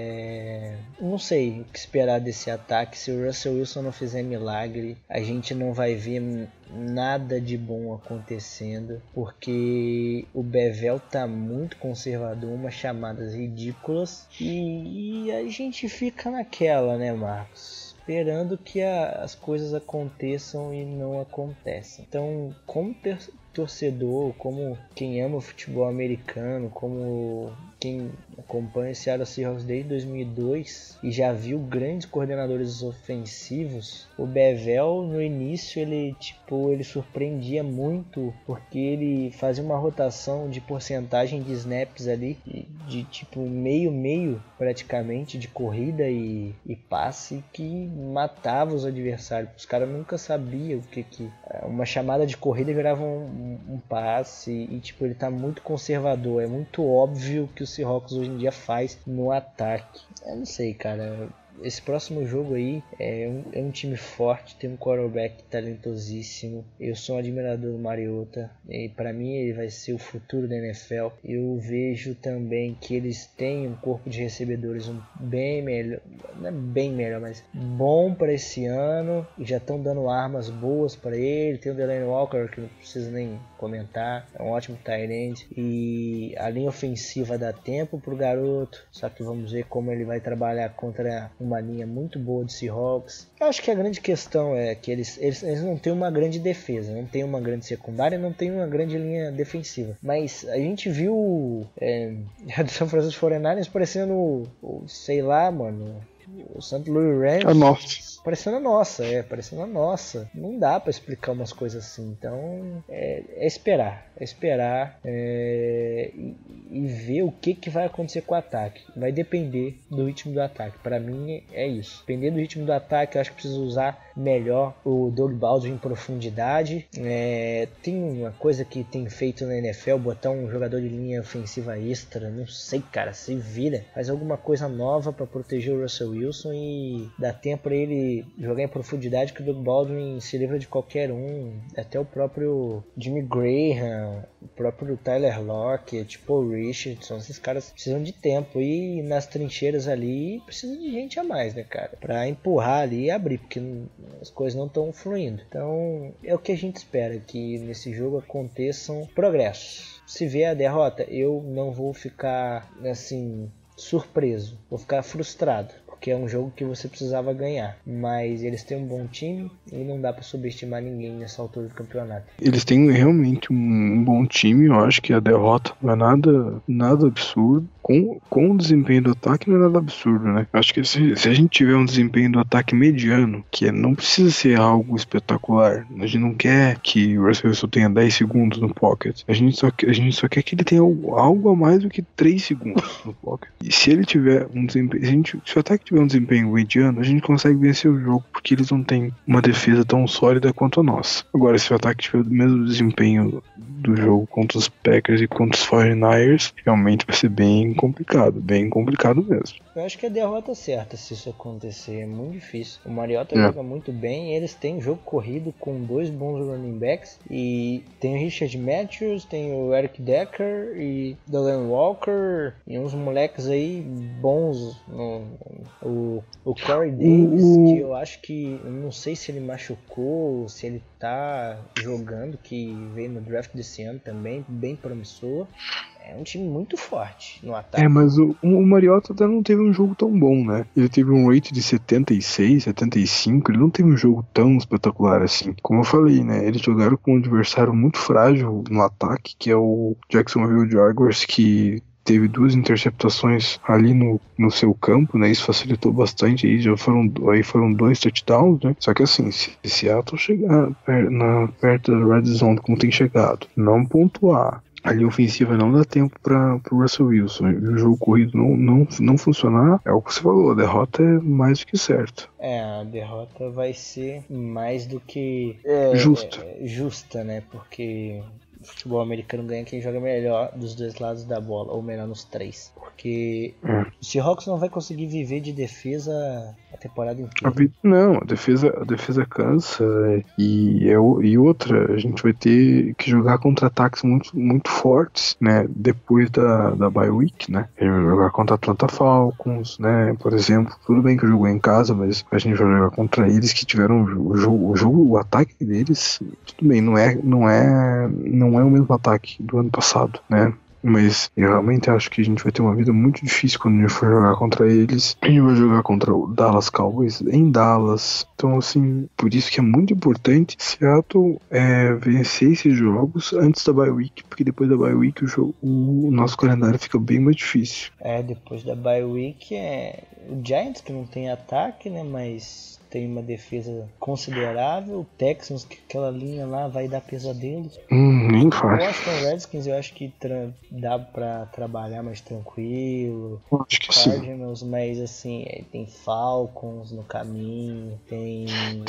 Speaker 2: não sei o que esperar desse ataque. Se o Russell Wilson não fizer milagre, a gente não vai ver nada de bom acontecendo, porque o Bevel tá muito conservador, umas chamadas ridículas, e a gente fica naquela, né, Marcos? esperando que as coisas aconteçam e não acontecem. Então, como torcedor, como quem ama o futebol americano, como quem acompanha esse Seattle Seahawks desde 2002 e já viu grandes coordenadores ofensivos, o Bevell no início ele surpreendia muito, porque ele fazia uma rotação de porcentagem de snaps ali de tipo meio praticamente de corrida e passe, que matava os adversários. Os caras nunca sabiam o que uma chamada de corrida virava um passe, e tipo, ele tá muito conservador. É muito óbvio que o Seahawks hoje em dia faz no ataque. Eu não sei, cara. Esse próximo jogo aí é um time forte, tem um quarterback talentosíssimo. Eu sou um admirador do Mariota e para mim ele vai ser o futuro da NFL. Eu vejo também que eles têm um corpo de recebedores bem melhor, não é bem melhor, mas bom para esse ano. Já estão dando armas boas para ele. Tem o Delanie Walker, que não precisa nem comentar, é um ótimo tight end, e a linha ofensiva dá tempo pro garoto, só que vamos ver como ele vai trabalhar contra uma linha muito boa do Seahawks. Eu acho que a grande questão é que eles não têm uma grande defesa, não tem uma grande secundária, não tem uma grande linha defensiva, mas a gente viu a do San Francisco 49ers parecendo, sei lá, mano, o St. Louis Rams parecendo a nossa. Não dá pra explicar umas coisas assim. Então é esperar e ver o que vai acontecer com o ataque. Vai depender do ritmo do ataque. Pra mim é isso. Dependendo do ritmo do ataque, eu acho que precisa usar melhor o Doug Baldwin em profundidade. Tem uma coisa que tem feito na NFL, botar um jogador de linha ofensiva extra, não sei, cara, se vira, faz alguma coisa nova pra proteger o Russell Wilson e dá tempo pra ele jogar em profundidade, que o Doug Baldwin se livra de qualquer um, até o próprio Jimmy Graham, o próprio Tyler Lockett, tipo o Richardson. Esses caras precisam de tempo, e nas trincheiras ali precisa de gente a mais, né, cara, pra empurrar ali e abrir, porque as coisas não estão fluindo. Então é o que a gente espera, que nesse jogo aconteçam progressos. Se vier a derrota, eu não vou ficar assim surpreso, vou ficar frustrado, porque é um jogo que você precisava ganhar, mas eles têm um bom time e não dá para subestimar ninguém nessa altura do campeonato.
Speaker 3: Eles têm realmente um bom time. Eu acho que a derrota não é nada absurdo. Com o desempenho do ataque não é nada absurdo, né? Acho que se a gente tiver um desempenho do ataque mediano, que não precisa ser algo espetacular, a gente não quer que o Russell Wilson tenha 10 segundos no pocket, a gente só quer que ele tenha algo a mais do que 3 segundos no pocket. E se ele tiver um desempenho, se o ataque tiver um desempenho mediano, a gente consegue vencer o jogo, porque eles não têm uma defesa tão sólida quanto a nossa. Agora, se o ataque tiver o mesmo desempenho do jogo contra os Packers e contra os 49ers, realmente vai ser bem complicado mesmo.
Speaker 2: Eu acho que é a derrota certa se isso acontecer, é muito difícil. O Mariota joga muito bem, eles têm jogo corrido com 2 bons running backs, e tem o Richard Matthews, tem o Eric Decker e Delanie Walker, e uns moleques aí bons, o Corey Davis, que eu acho que, não sei se ele machucou, se ele tá jogando, que veio no draft desse ano também, bem promissor. É um time muito forte no ataque.
Speaker 3: Mas o Mariota até não teve um jogo tão bom, né? Ele teve um rate de 76, 75, ele não teve um jogo tão espetacular assim. Como eu falei, né? Eles jogaram com um adversário muito frágil no ataque, que é o Jacksonville Jaguars, que teve 2 interceptações ali no seu campo, né? Isso facilitou bastante. Aí foram 2 touchdowns, né? Só que assim, se Seattle chegar perto da red zone, como tem chegado, não pontuar, a linha ofensiva não dá tempo para o Russell Wilson, e o jogo corrido não funcionar, é o que você falou, a derrota é mais do que certa.
Speaker 2: A derrota vai ser mais do que justa, né? Porque o futebol americano ganha quem joga melhor dos 2 lados da bola, ou melhor nos 3. Porque o Seahawks não vai conseguir viver de defesa a temporada inteira.
Speaker 3: Não, a defesa cansa, e outra, a gente vai ter que jogar contra ataques muito, muito fortes, né? Depois da bye week, né? A gente vai jogar contra Atlanta Falcons, né? Por exemplo, tudo bem que jogou em casa, mas a gente vai jogar contra eles que tiveram o ataque deles, tudo bem, não é o mesmo ataque do ano passado, né? Mas eu realmente acho que a gente vai ter uma vida muito difícil quando a gente for jogar contra eles. A gente vai jogar contra o Dallas Cowboys em Dallas. Então, assim, por isso que é muito importante Seattle vencer esses jogos antes da bye week, porque depois da bye week o nosso calendário fica bem mais difícil.
Speaker 2: Depois da bye week o Giants, que não tem ataque, né, mas tem uma defesa considerável. O Texans, que aquela linha lá vai dar pesadelos.
Speaker 3: Nem
Speaker 2: O
Speaker 3: faz.
Speaker 2: Washington Redskins eu acho que dá pra trabalhar mais tranquilo.
Speaker 3: Acho que sim.
Speaker 2: Cardinals, mas assim, tem Falcons no caminho, tem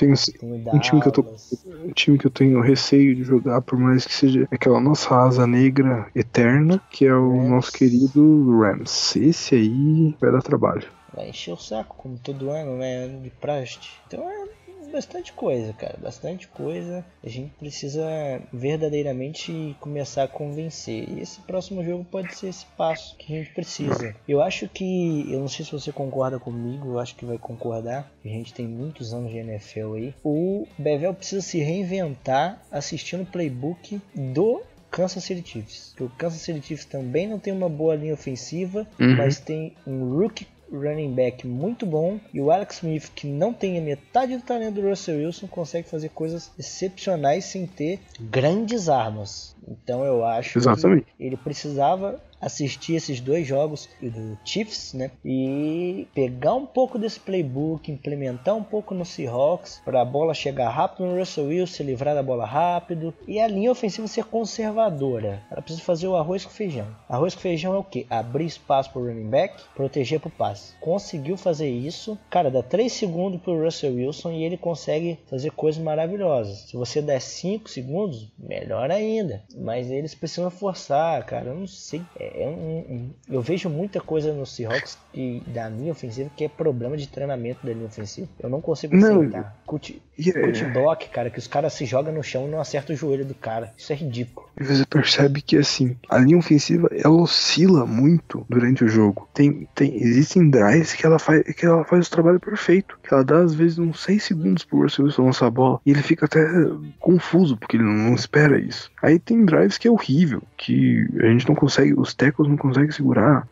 Speaker 2: o Dallas.
Speaker 3: Um time que eu tenho receio de jogar, por mais que seja aquela nossa asa negra eterna, que é o nosso querido Rams. Esse aí vai dar trabalho.
Speaker 2: Vai encher o saco, como todo ano, né? Ano de praste. Então bastante coisa, cara. Bastante coisa. A gente precisa verdadeiramente começar a convencer. E esse próximo jogo pode ser esse passo que a gente precisa. Eu acho que... Eu não sei se você concorda comigo. Eu acho que vai concordar. A gente tem muitos anos de NFL aí. O Bevel precisa se reinventar assistindo o playbook do Kansas City Chiefs. Porque o Kansas City Chiefs também não tem uma boa linha ofensiva, mas tem um rookie running back muito bom, e o Alex Smith, que não tem a metade do talento do Russell Wilson, consegue fazer coisas excepcionais sem ter grandes armas. Então eu acho que ele precisava assistir esses dois jogos do Chiefs, né, e pegar um pouco desse playbook, implementar um pouco no Seahawks, para a bola chegar rápido no Russell Wilson, se livrar da bola rápido, e a linha ofensiva ser conservadora. Ela precisa fazer o arroz com feijão. Arroz com feijão é o quê? Abrir espaço para o running back, proteger para o passe. Conseguiu fazer isso, cara, dá 3 segundos para o Russell Wilson e ele consegue fazer coisas maravilhosas. Se você der 5 segundos, melhor ainda. Mas eles precisam forçar, cara, eu não sei. Eu vejo muita coisa no Seahawks da linha ofensiva que é problema de treinamento da linha ofensiva. Eu não consigo aceitar. Cut block, cara, que os caras se jogam no chão e não acertam o joelho do cara. Isso é ridículo.
Speaker 3: E você percebe que, assim, a linha ofensiva, ela oscila muito durante o jogo. Existem drives que ela faz o trabalho perfeito. Que ela dá, às vezes, uns 6 segundos pro Russell Wilson lançar a bola. E ele fica até confuso, porque ele não espera isso. Aí tem drives que é horrível, que a gente não consegue, os tackles não conseguem segurar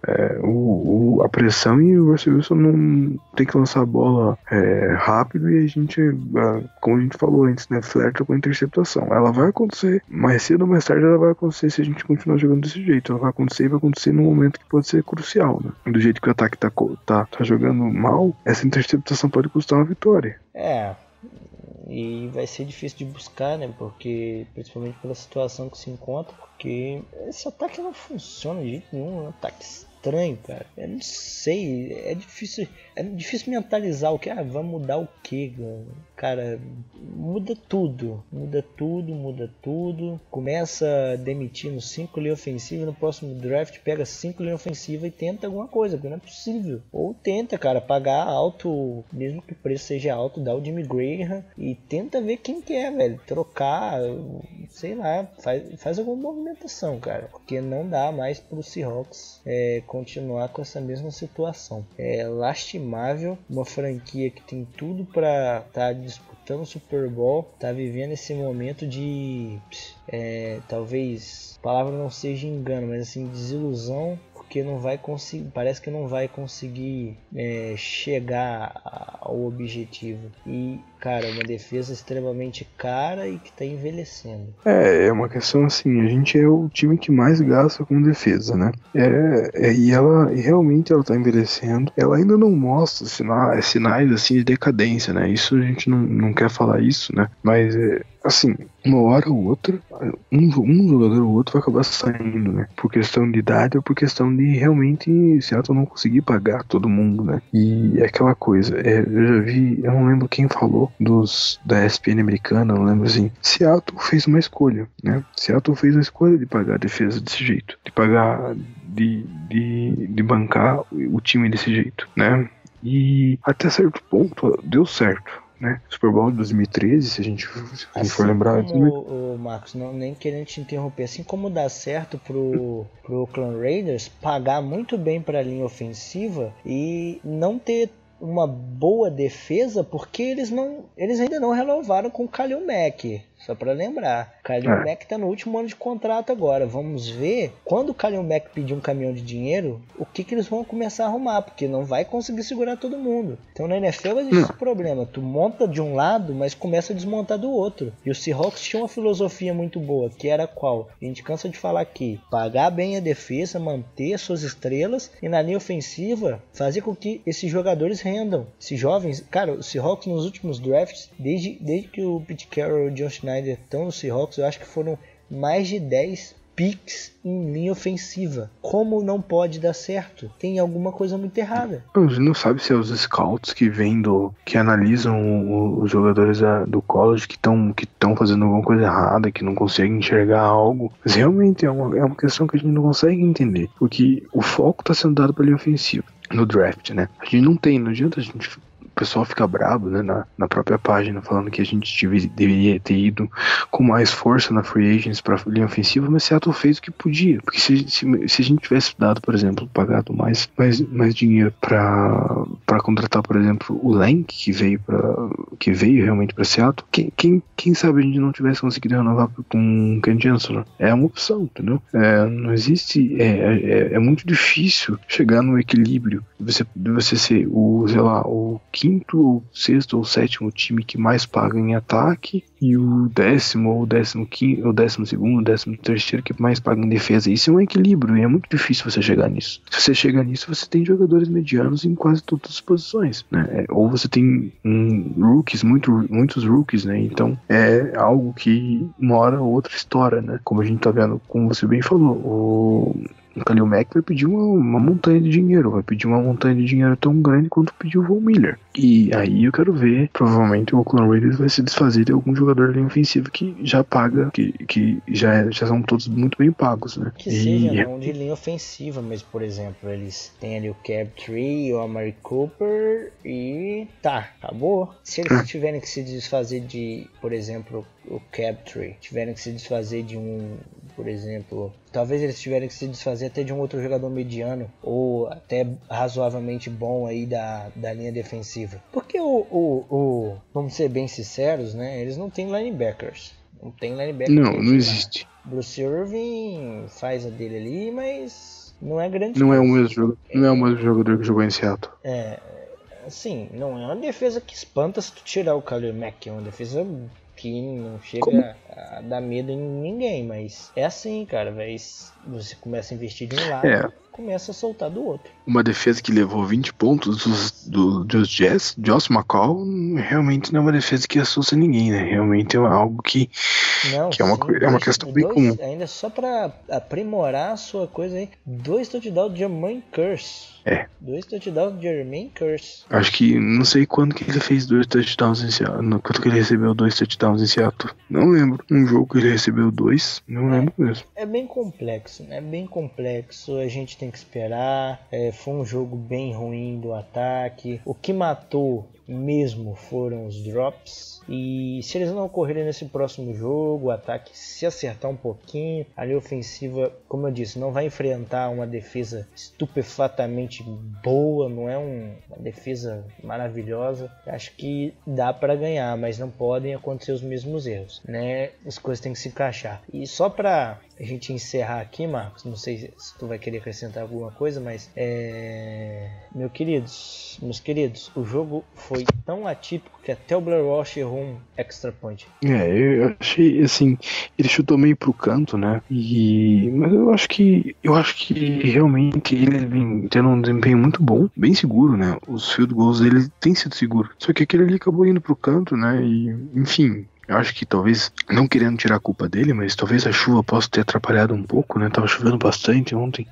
Speaker 3: a pressão, e o Russell Wilson não tem que lançar a bola rápido, e a gente, como a gente falou antes, né, flerta com a interceptação. Ela vai acontecer, mais cedo ou mais tarde ela vai acontecer se a gente continuar jogando desse jeito. Ela vai acontecer, e vai acontecer num momento que pode ser crucial, né? Do jeito que o ataque tá jogando mal, essa interceptação pode custar uma vitória.
Speaker 2: E vai ser difícil de buscar, né? Porque, principalmente pela situação que se encontra, porque esse ataque não funciona de jeito nenhum, é um ataque estranho, cara. Eu não sei, é difícil mentalizar o que, vamos mudar o que, cara, muda tudo, começa demitindo 5 linhas ofensivas, no próximo draft pega 5 linhas ofensivas e tenta alguma coisa, porque não é possível, ou tenta, cara, pagar alto, mesmo que o preço seja alto, dá o Jimmy Graham e tenta ver quem quer, velho, trocar, sei lá, faz alguma movimentação, cara, porque não dá mais pro Seahawks continuar com essa mesma situação. É lastimável, uma franquia que tem tudo para estar disputando o Super Bowl, tá vivendo esse momento de talvez a palavra não seja engano, mas assim, desilusão, porque não vai conseguir, parece que não vai conseguir chegar ao objetivo. E, cara, uma defesa extremamente cara e que está envelhecendo.
Speaker 3: É uma questão assim, a gente é o time que mais gasta com defesa, né? E realmente ela tá envelhecendo. Ela ainda não mostra sinais assim de decadência, né? Isso a gente não quer falar isso, né? Mas assim, uma hora ou outra, um jogador ou outro vai acabar saindo, né? Por questão de idade ou por questão de realmente Seattle não conseguir pagar todo mundo, né? E é aquela coisa, eu já vi, eu não lembro quem falou da ESPN americana, não lembro assim. Seattle fez uma escolha, né? Seattle fez a escolha de pagar a defesa desse jeito, de pagar, de bancar o time desse jeito, né? E até certo ponto deu certo, né? Super Bowl de 2013, se a gente for lembrar.
Speaker 2: Como, Marcos, nem querendo te interromper, assim como dá certo pro Oakland Raiders pagar muito bem para a linha ofensiva e não ter uma boa defesa, porque eles ainda não renovaram com o Khalil Mack. Só pra lembrar. Khalil Mack tá no último ano de contrato agora. Vamos ver, quando o Khalil Mack pedir um caminhão de dinheiro, o que eles vão começar a arrumar, porque não vai conseguir segurar todo mundo. Então na NFL existe esse problema. Tu monta de um lado, mas começa a desmontar do outro. E o Seahawks tinha uma filosofia muito boa, que era qual? A gente cansa de falar aqui. Pagar bem a defesa, manter as suas estrelas e na linha ofensiva fazer com que esses jogadores rendam. Esses jovens, cara, o Seahawks nos últimos drafts, desde que o Pete Carroll e o John Schneider estão no Seahawks, eu acho que foram mais de 10 picks em linha ofensiva. Como não pode dar certo? Tem alguma coisa muito errada.
Speaker 3: A gente não sabe se é os scouts que analisam os jogadores do college que estão fazendo alguma coisa errada, que não conseguem enxergar algo. Mas realmente é uma questão que a gente não consegue entender. Porque o foco está sendo dado para a linha ofensiva no draft, né? A gente não adianta a gente... O pessoal fica brabo, né, na própria página, falando que a gente deveria ter ido com mais força na free agents para linha ofensiva, mas Seattle fez o que podia, porque se a gente tivesse dado, por exemplo, pagado mais dinheiro para contratar, por exemplo, o Lank, que veio realmente para Seattle, quem sabe a gente não tivesse conseguido renovar com o Ken Chancellor? É uma opção, entendeu? Não existe, é muito difícil chegar no equilíbrio de você ser o quinto, sexto ou sétimo time que mais paga em ataque e o 10º ou 15º ou 12º, 13º que mais paga em defesa. Isso é um equilíbrio e é muito difícil você chegar nisso. Se você chega nisso, você tem jogadores medianos em quase todas as posições, né? Ou você tem rookies, muitos rookies, né? Então é algo que uma hora ou outra estoura, né? Como a gente tá vendo, como você bem falou, o Khalil Mack vai pedir uma montanha de dinheiro, tão grande quanto pediu o Von Miller. E aí eu quero ver, provavelmente o Oakland Raiders vai se desfazer de algum jogador de linha ofensiva que já paga, que já são todos muito bem pagos, né?
Speaker 2: Que seja não de linha ofensiva, mas por exemplo, eles têm ali o Crabtree, o Amari Cooper e acabou. Se eles tiverem que se desfazer de, por exemplo, o Crabtree, tiverem que se desfazer de por exemplo, talvez eles tiverem que se desfazer até de um outro jogador mediano ou até razoavelmente bom aí da linha defensiva. Porque vamos ser bem sinceros, né? Eles não têm linebackers.
Speaker 3: Não existe.
Speaker 2: Bruce Irvin faz a dele ali, mas não é grande
Speaker 3: não
Speaker 2: coisa.
Speaker 3: Não é o mesmo jogador que jogou em Seattle.
Speaker 2: Assim, não é uma defesa que espanta se tu tirar o Khalil Mack. É uma defesa que não chega a dar medo em ninguém, mas é assim, cara, velho. Você começa a investir de um lado, começa a soltar do outro.
Speaker 3: Uma defesa que levou 20 pontos dos Jets, Josh McCall, realmente não é uma defesa que assusta ninguém, né? Realmente é algo que é uma questão bem comum.
Speaker 2: Ainda só pra aprimorar a sua coisa aí, 2 touchdowns de Jermaine Kearse. 2 touchdowns de Jermaine Kearse.
Speaker 3: Acho que, não sei quando que ele fez 2 touchdowns em Seattle, quando que ele recebeu 2 touchdowns em Seattle. Não lembro. Um jogo que ele recebeu 2, não lembro mesmo.
Speaker 2: É bem complexo, né? É bem complexo, a gente tem que esperar. Foi um jogo bem ruim do ataque. O que matou mesmo foram os drops. E se eles não ocorrerem nesse próximo jogo, o ataque se acertar um pouquinho, a linha ofensiva, como eu disse, não vai enfrentar uma defesa estupefatamente boa, não é uma defesa maravilhosa. Acho que dá para ganhar, mas não podem acontecer os mesmos erros, né? As coisas têm que se encaixar. E só para a gente encerrar aqui, Marcos, não sei se tu vai querer acrescentar alguma coisa, mas meus queridos, o jogo foi tão atípico que até o Blair Walsh errou um extra point.
Speaker 3: Eu achei, assim, ele chutou meio pro canto, né? Mas eu acho que realmente ele vem tendo um desempenho muito bom, bem seguro, né? Os field goals dele têm sido seguros. Só que aquele ali acabou indo pro canto, né? E, enfim, eu acho que talvez, não querendo tirar a culpa dele, mas talvez a chuva possa ter atrapalhado um pouco, né? Tava chovendo bastante ontem.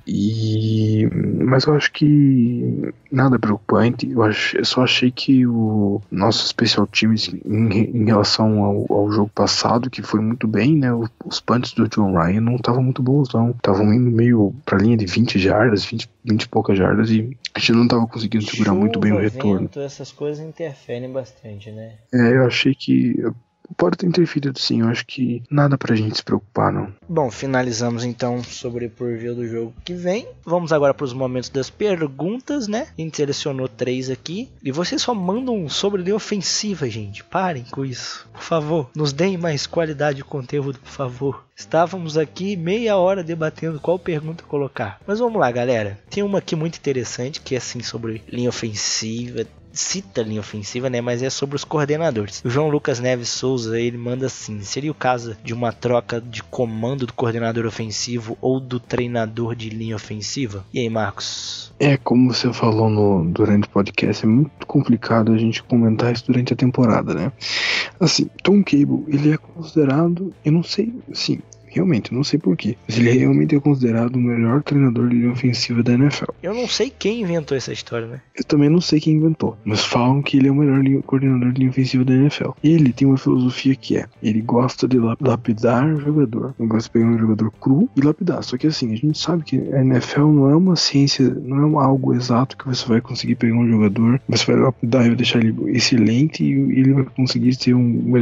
Speaker 3: Mas eu acho que nada preocupante. Eu só achei que o nosso special teams em relação ao jogo passado, que foi muito bem, né? Os punts do John Ryan não estavam muito bons, não. Estavam indo meio pra linha de 20 jardas, 20 e poucas jardas, e a gente não tava conseguindo segurar muito bem o retorno.
Speaker 2: Vento, essas coisas interferem bastante, né?
Speaker 3: Eu achei que pode ter interferido sim, eu acho que nada pra gente se preocupar, não.
Speaker 2: Bom, finalizamos então sobre o preview do jogo que vem. Vamos agora para os momentos das perguntas, né? A gente selecionou 3 aqui. E vocês só mandam sobre linha ofensiva, gente. Parem com isso, por favor. Nos deem mais qualidade de conteúdo, por favor. Estávamos aqui meia hora debatendo qual pergunta colocar. Mas vamos lá, galera. Tem uma aqui muito interessante, que é assim sobre linha ofensiva. Cita linha ofensiva, né? Mas é sobre os coordenadores. O João Lucas Neves Souza, ele manda assim: seria o caso de uma troca de comando do coordenador ofensivo ou do treinador de linha ofensiva? E aí, Marcos?
Speaker 3: Como você falou durante o podcast, é muito complicado a gente comentar isso durante a temporada, né? Assim, Tom Cable, ele é considerado, eu não sei, assim, realmente, eu não sei porquê, mas ele realmente é considerado o melhor treinador de linha ofensiva da NFL.
Speaker 2: Eu não sei quem inventou essa história, né?
Speaker 3: Eu também não sei quem inventou, mas falam que ele é o melhor coordenador de linha ofensiva da NFL. Ele tem uma filosofia que ele gosta de lapidar o jogador. Ele gosta de pegar um jogador cru e lapidar. Só que assim, a gente sabe que a NFL não é uma ciência, não é algo exato que você vai conseguir pegar um jogador, você vai lapidar e vai deixar ele excelente e ele vai conseguir ser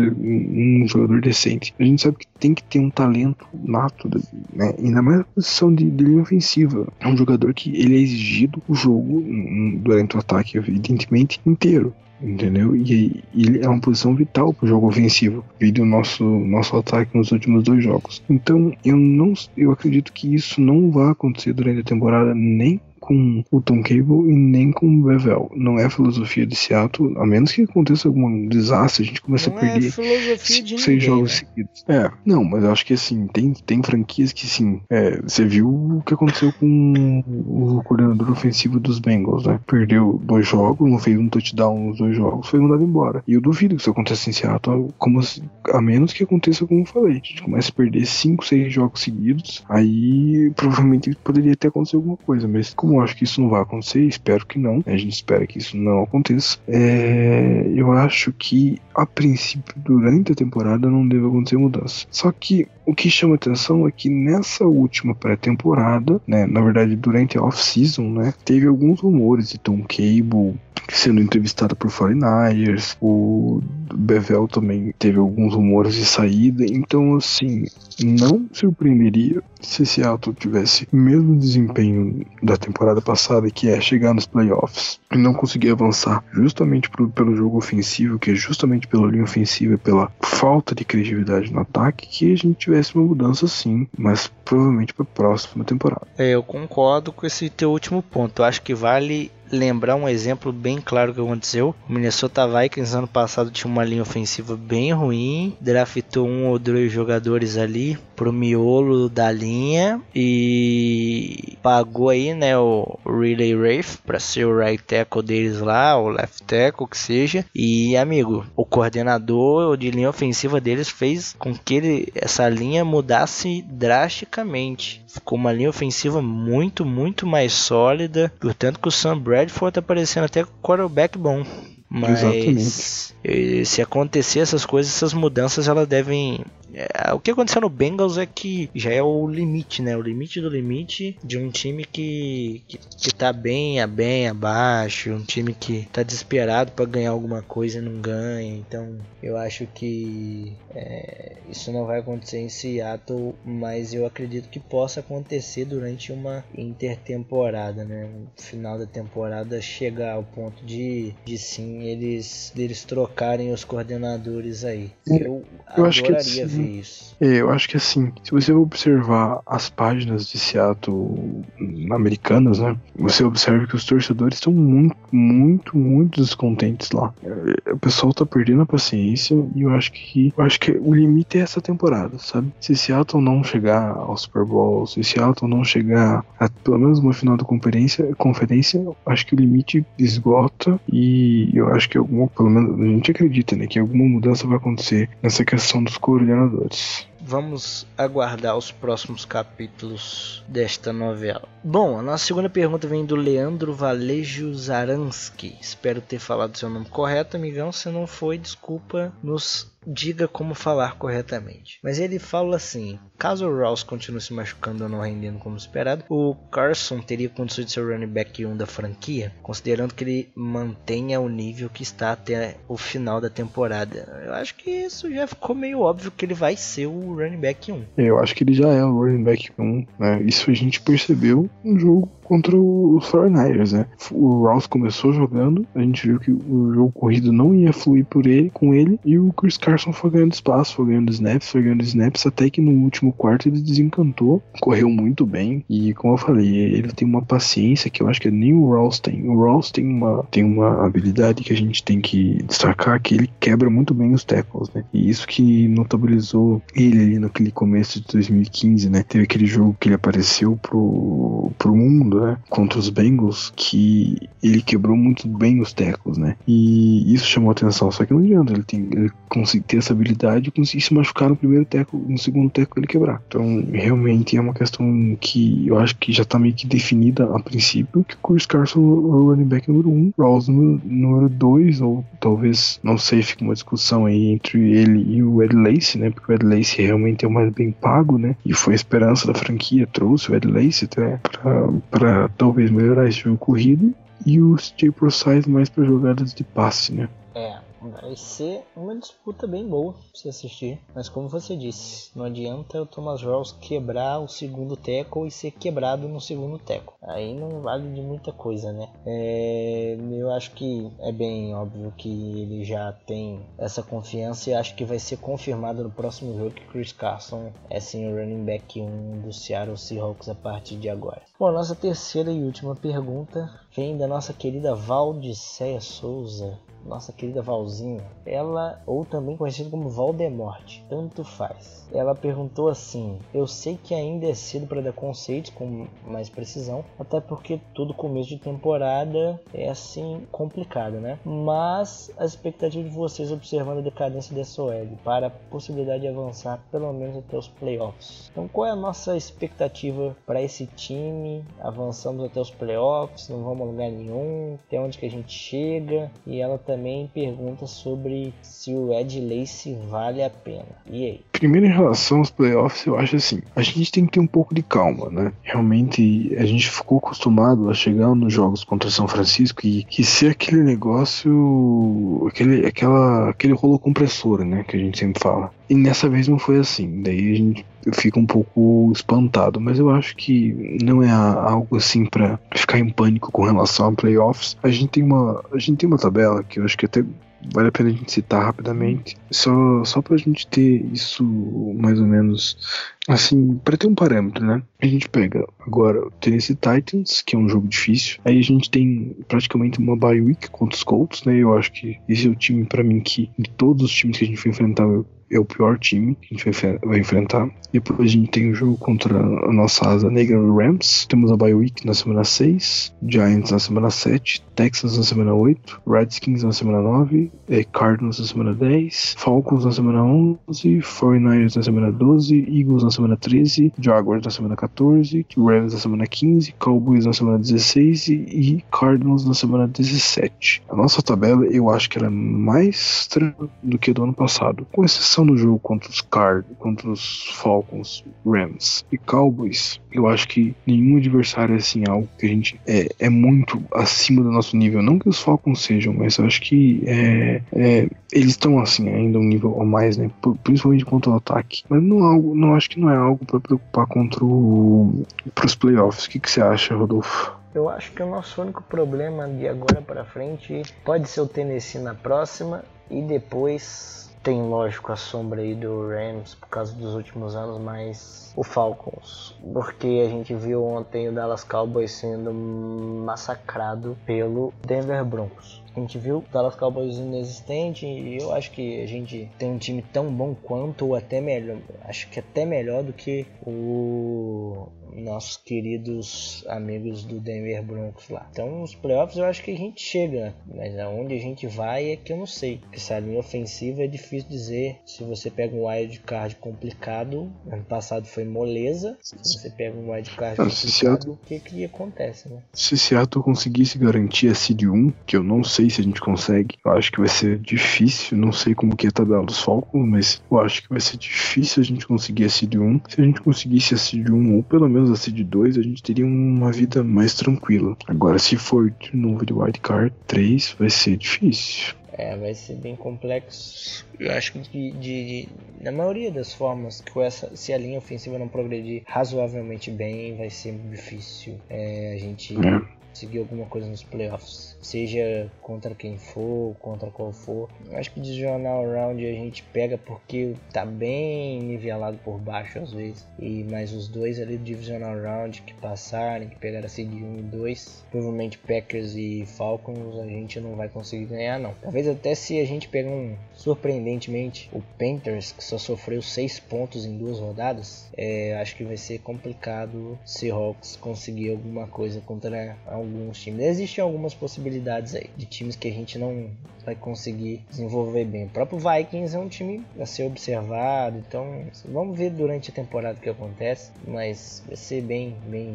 Speaker 3: um jogador decente. A gente sabe que tem que ter um talento nato, né? Ainda mais na posição de linha ofensiva. É um jogador que ele é exigido o jogo durante o ataque, evidentemente, inteiro. Entendeu? E ele é uma posição vital para o jogo ofensivo, devido ao nosso ataque nos últimos 2 jogos. Então eu acredito que isso não vai acontecer durante a temporada, nem com o Tom Cable e nem com o Bevell. Não é a filosofia de Seattle, a menos que aconteça algum desastre, a gente começa a perder 6 jogos seguidos. Não, mas eu acho que assim, tem franquias que sim, você viu o que aconteceu com o coordenador ofensivo dos Bengals, né? Perdeu 2 jogos, não fez um touchdown nos 2 jogos, foi mandado embora. E eu duvido que isso aconteça em Seattle, a menos que aconteça como eu falei. A gente começa a perder 5, 6 jogos seguidos, aí provavelmente poderia até acontecer alguma coisa, mas como eu acho que isso não vai acontecer, espero que não, a gente espera que isso não aconteça, eu acho que a princípio durante a temporada não deve acontecer mudança. Só que o que chama atenção é que nessa última pré-temporada, né, na verdade durante a off-season, né, teve alguns rumores de Tom Cable sendo entrevistado por 49ers, o Bevell também teve alguns rumores de saída, então assim, não surpreenderia se Seattle tivesse o mesmo desempenho da temporada passada, que é chegar nos playoffs e não conseguir avançar justamente pelo jogo ofensivo, que é justamente pela linha ofensiva e pela falta de criatividade no ataque, que a gente tivesse uma mudança sim, mas provavelmente para a próxima temporada.
Speaker 2: Eu concordo com esse teu último ponto. Eu acho que vale lembrar um exemplo bem claro que aconteceu. O Minnesota Vikings ano passado tinha uma linha ofensiva bem ruim, draftou 1 ou 2 jogadores ali pro miolo da linha e pagou aí, né, o Riley Rafe para ser o right tackle deles lá, o left tackle que seja. E amigo, o coordenador de linha ofensiva deles fez com que essa linha mudasse drasticamente. Ficou uma linha ofensiva muito, muito mais sólida. Portanto que o Sam Bradford tá parecendo até quarterback bom. Mas exatamente, se acontecer essas coisas, essas mudanças elas devem... O que aconteceu no Bengals é que já é o limite, né? O limite do limite de um time que tá bem abaixo, um time que tá desesperado para ganhar alguma coisa e não ganha. Então eu acho que isso não vai acontecer em Seattle, mas eu acredito que possa acontecer durante uma intertemporada, né? No final da temporada chegar ao ponto de sim eles trocarem os coordenadores aí. Eu adoraria ver isso.
Speaker 3: Eu acho que assim, se você observar as páginas de Seattle americanas, né, você observa que os torcedores estão muito descontentes lá. O pessoal tá perdendo a paciência e eu acho que o limite é essa temporada, sabe? Se Seattle não chegar ao Super Bowl, se Seattle não chegar a pelo menos uma final da conferência, acho que o limite esgota e eu acho que pelo menos a gente acredita, né, que alguma mudança vai acontecer nessa questão dos coordenadores.
Speaker 2: Vamos aguardar os próximos capítulos desta novela. Bom, a nossa segunda pergunta vem do Leandro Valejo Zaransky. Espero ter falado seu nome correto, amigão. Se não foi, desculpa, nos diga como falar corretamente. Mas ele fala assim: caso o Rouse continue se machucando ou não rendendo como esperado, o Carson teria condições de ser o running back 1 da franquia, considerando que ele mantenha o nível que está até o final da temporada. Eu acho que isso já ficou meio óbvio que ele vai ser o running back 1.
Speaker 3: Eu acho que ele já é o running back 1, né? Isso a gente percebeu no jogo contra os 49ers, né? O Rouse começou jogando, a gente viu que o jogo corrido não ia fluir com ele, e o Chris Carson foi ganhando espaço, foi ganhando snaps, até que no último quarto ele desencantou, correu muito bem, e como eu falei, ele tem uma paciência que eu acho que nem o Rouse tem. O Rouse tem uma habilidade que a gente tem que destacar, que ele quebra muito bem os tackles, né? E isso que notabilizou ele ali naquele começo de 2015, né? Teve aquele jogo que ele apareceu pro mundo, né? Contra os Bengals, que ele quebrou muito bem os tackles, né? E isso chamou atenção, só que não adianta, ele conseguir ter essa habilidade e conseguir se machucar no primeiro tackle, no segundo tackle ele quebrar. Então, realmente é uma questão que eu acho que já tá meio que definida a princípio, que o Chris Carson é o running back número 1, Rouse número 2, ou talvez, não sei, fica uma discussão aí entre ele e o Ed Lacy, né? Porque o Ed Lacy realmente é o mais bem pago, né? E foi a esperança da franquia, trouxe o Ed Lacy até para talvez melhorar esse jogo corrido, e o CJ Prosise mais para jogadas de passe, né?
Speaker 2: Vai ser uma disputa bem boa pra você assistir. Mas como você disse, não adianta o Thomas Rawls quebrar o segundo tackle e ser quebrado no segundo tackle. Aí não vale de muita coisa, né? Eu acho que é bem óbvio que ele já tem essa confiança, e acho que vai ser confirmado no próximo jogo que Chris Carson é sim o running back 1 do Seattle Seahawks a partir de agora. Bom, nossa terceira e última pergunta vem da nossa querida Valdicéia Souza. Nossa querida Valzinha, ela, ou também conhecida como Valdemorte, tanto faz. Ela perguntou assim: eu sei que ainda é cedo para dar conceitos com mais precisão, até porque todo começo de temporada é assim complicado, né? Mas a expectativa de vocês observando a decadência dessa OL para a possibilidade de avançar pelo menos até os playoffs. Então, qual é a nossa expectativa para esse time? Avançamos até os playoffs, não vamos a lugar nenhum, até onde que a gente chega? E ela também pergunta sobre se o Ed Lacy vale a pena. E aí?
Speaker 3: Primeiro, em relação aos playoffs, eu acho assim, a gente tem que ter um pouco de calma, né? Realmente, a gente ficou acostumado a chegar nos jogos contra São Francisco e ser aquele negócio, aquele rolo compressor, né? Que a gente sempre fala. E nessa vez não foi assim, daí a gente fica um pouco espantado, mas eu acho que não é algo assim pra ficar em pânico com relação a playoffs. A gente tem uma tabela que eu acho que até vale a pena a gente citar rapidamente, só pra gente ter isso mais ou menos assim, pra ter um parâmetro, né? A gente pega agora o Tennessee Titans, que é um jogo difícil, aí a gente tem praticamente uma bye week contra os Colts, né? Eu acho que esse é o time pra mim que, de todos os times que a gente vai enfrentar, é o pior time que a gente vai enfrentar. Depois a gente tem o jogo contra a nossa asa negra, o Rams. Temos a bye week na semana 6, Giants na semana 7, Texans na semana 8, Redskins na semana 9, Cardinals na semana 10, Falcons na semana 11, 49ers na semana 12, Eagles na semana 13, Jaguars na semana 14, Rams na semana 15, Cowboys na semana 16 e Cardinals na semana 17. A nossa tabela, eu acho que ela é mais tranquila do que do ano passado, com exceção do jogo contra os Falcons, Rams e Cowboys. Eu acho que nenhum adversário é assim, algo que a gente é muito acima do nosso nível. Não que os Falcons sejam, mas eu acho que eles estão assim, ainda um nível a mais, né? Principalmente contra o ataque. Mas não acho que não é algo para preocupar pros playoffs. O que você acha, Rodolfo?
Speaker 2: Eu acho que o nosso único problema de agora para frente pode ser o Tennessee na próxima, e depois tem, lógico, a sombra aí do Rams por causa dos últimos anos, mas o Falcons, porque a gente viu ontem o Dallas Cowboys sendo massacrado pelo Denver Broncos. A gente viu o Dallas Cowboys inexistente, e eu acho que a gente tem um time tão bom quanto, ou até melhor, acho que até melhor do que nossos queridos amigos do Denver Broncos lá. Então, os playoffs eu acho que a gente chega, mas aonde a gente vai é que eu não sei. Porque essa linha ofensiva é difícil dizer. Se você pega um wild card complicado, ano passado foi moleza. Se você pega um wild card complicado, o que acontece, né?
Speaker 3: Se Seattle conseguisse garantir a seed 1, que eu não sei sei se a gente consegue. Eu acho que vai ser difícil, não sei como que é a tabela dos Falcons, mas eu acho que vai ser difícil a gente conseguir a Seed 1. Se a gente conseguisse a Seed 1 ou pelo menos a Seed 2, a gente teria uma vida mais tranquila. Agora, se for de novo de Wildcard 3, vai ser difícil.
Speaker 2: Vai ser bem complexo. Eu acho que na maioria das formas, se a linha ofensiva não progredir razoavelmente bem, vai ser difícil a gente conseguir alguma coisa nos playoffs. Seja contra quem for, contra qual for. Eu acho que o Divisional Round a gente pega porque tá bem nivelado por baixo às vezes. Mas os dois ali do Divisional Round que passarem, que pegaram a seed 1 e 2, provavelmente Packers e Falcons, a gente não vai conseguir ganhar não. Talvez até se a gente pegar surpreendentemente, o Panthers, que só sofreu 6 pontos em 2 rodadas, acho que vai ser complicado Seahawks conseguir alguma coisa contra alguns times. Existem algumas possibilidades aí de times que a gente não vai conseguir desenvolver bem. O próprio Vikings é um time a ser observado, então vamos ver durante a temporada o que acontece, mas vai ser bem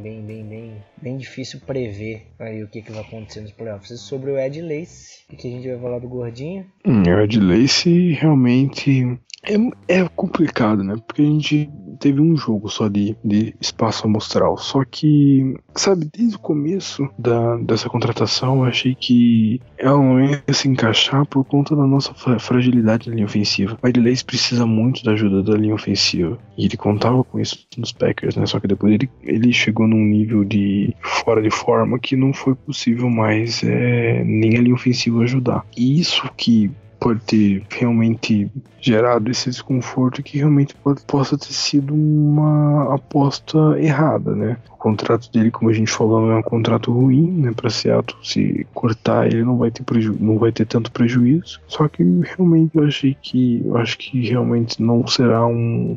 Speaker 2: difícil prever aí o que vai acontecer nos playoffs. E sobre o Ed Lacy, o que a gente vai falar do gordinho?
Speaker 3: O Ed Lacy realmente é complicado, né? Porque a gente teve um jogo só de espaço amostral. Só que, sabe, desde o começo dessa contratação, eu achei que ela não ia se encaixar por conta da nossa fragilidade na linha ofensiva. O Ed Lacy precisa muito da ajuda da linha ofensiva. E ele contava com isso nos Packers, né? Só que depois ele chegou num nível de fora de forma que não foi possível mais nem a linha ofensiva ajudar. E isso que pode ter realmente gerado esse desconforto, que realmente possa ter sido uma aposta errada, né? O contrato dele, como a gente falou, não é um contrato ruim, né? Para Seattle, se cortar ele não vai ter tanto prejuízo. Só que realmente eu acho que realmente não será um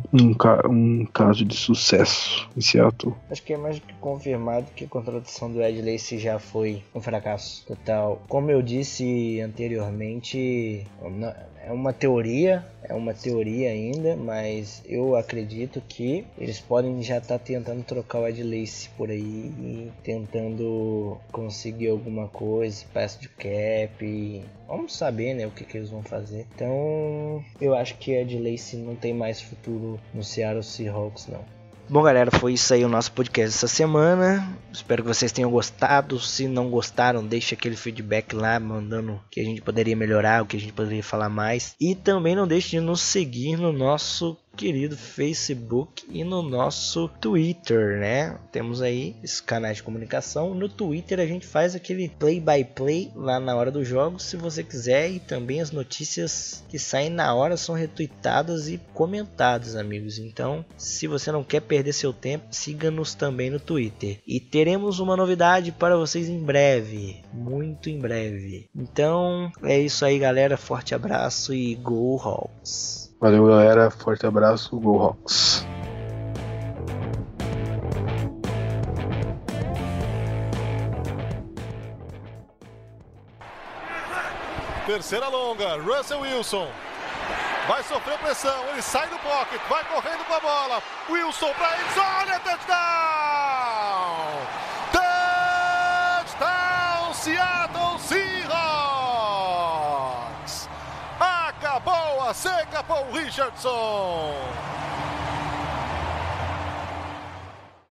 Speaker 3: caso de sucesso em Seattle.
Speaker 2: Acho que é mais do que confirmado que a contratação do Ed Lacy já foi um fracasso total. Como eu disse anteriormente, é uma teoria ainda, mas eu acredito que eles podem já estar tentando trocar o Ed Lacy por aí e tentando conseguir alguma coisa, espaço de cap. Vamos saber, né, o que eles vão fazer. Então, eu acho que Ed Lacy não tem mais futuro no Seattle Seahawks, não. Bom, galera, foi isso aí o nosso podcast essa semana. Espero que vocês tenham gostado. Se não gostaram, deixe aquele feedback lá, mandando o que a gente poderia melhorar, o que a gente poderia falar mais. E também não deixe de nos seguir no nosso querido Facebook e no nosso Twitter, né? Temos aí esses canais de comunicação. No Twitter a gente faz aquele play-by-play lá na hora dos jogos, se você quiser, e também as notícias que saem na hora são retweetadas e comentadas, amigos. Então, se você não quer perder seu tempo, siga-nos também no Twitter. E teremos uma novidade para vocês em breve, muito em breve. Então, é isso aí, galera. Forte abraço e Go Hawks!
Speaker 3: Valeu, galera. Forte abraço. Go Hawks.
Speaker 4: Terceira longa. Russell Wilson. Vai sofrer pressão. Ele sai do pocket. Vai correndo com a bola. Wilson para endzone. Touchdown! Touchdown, Seattle Seahawks! Acabou a seca, Paul Richardson!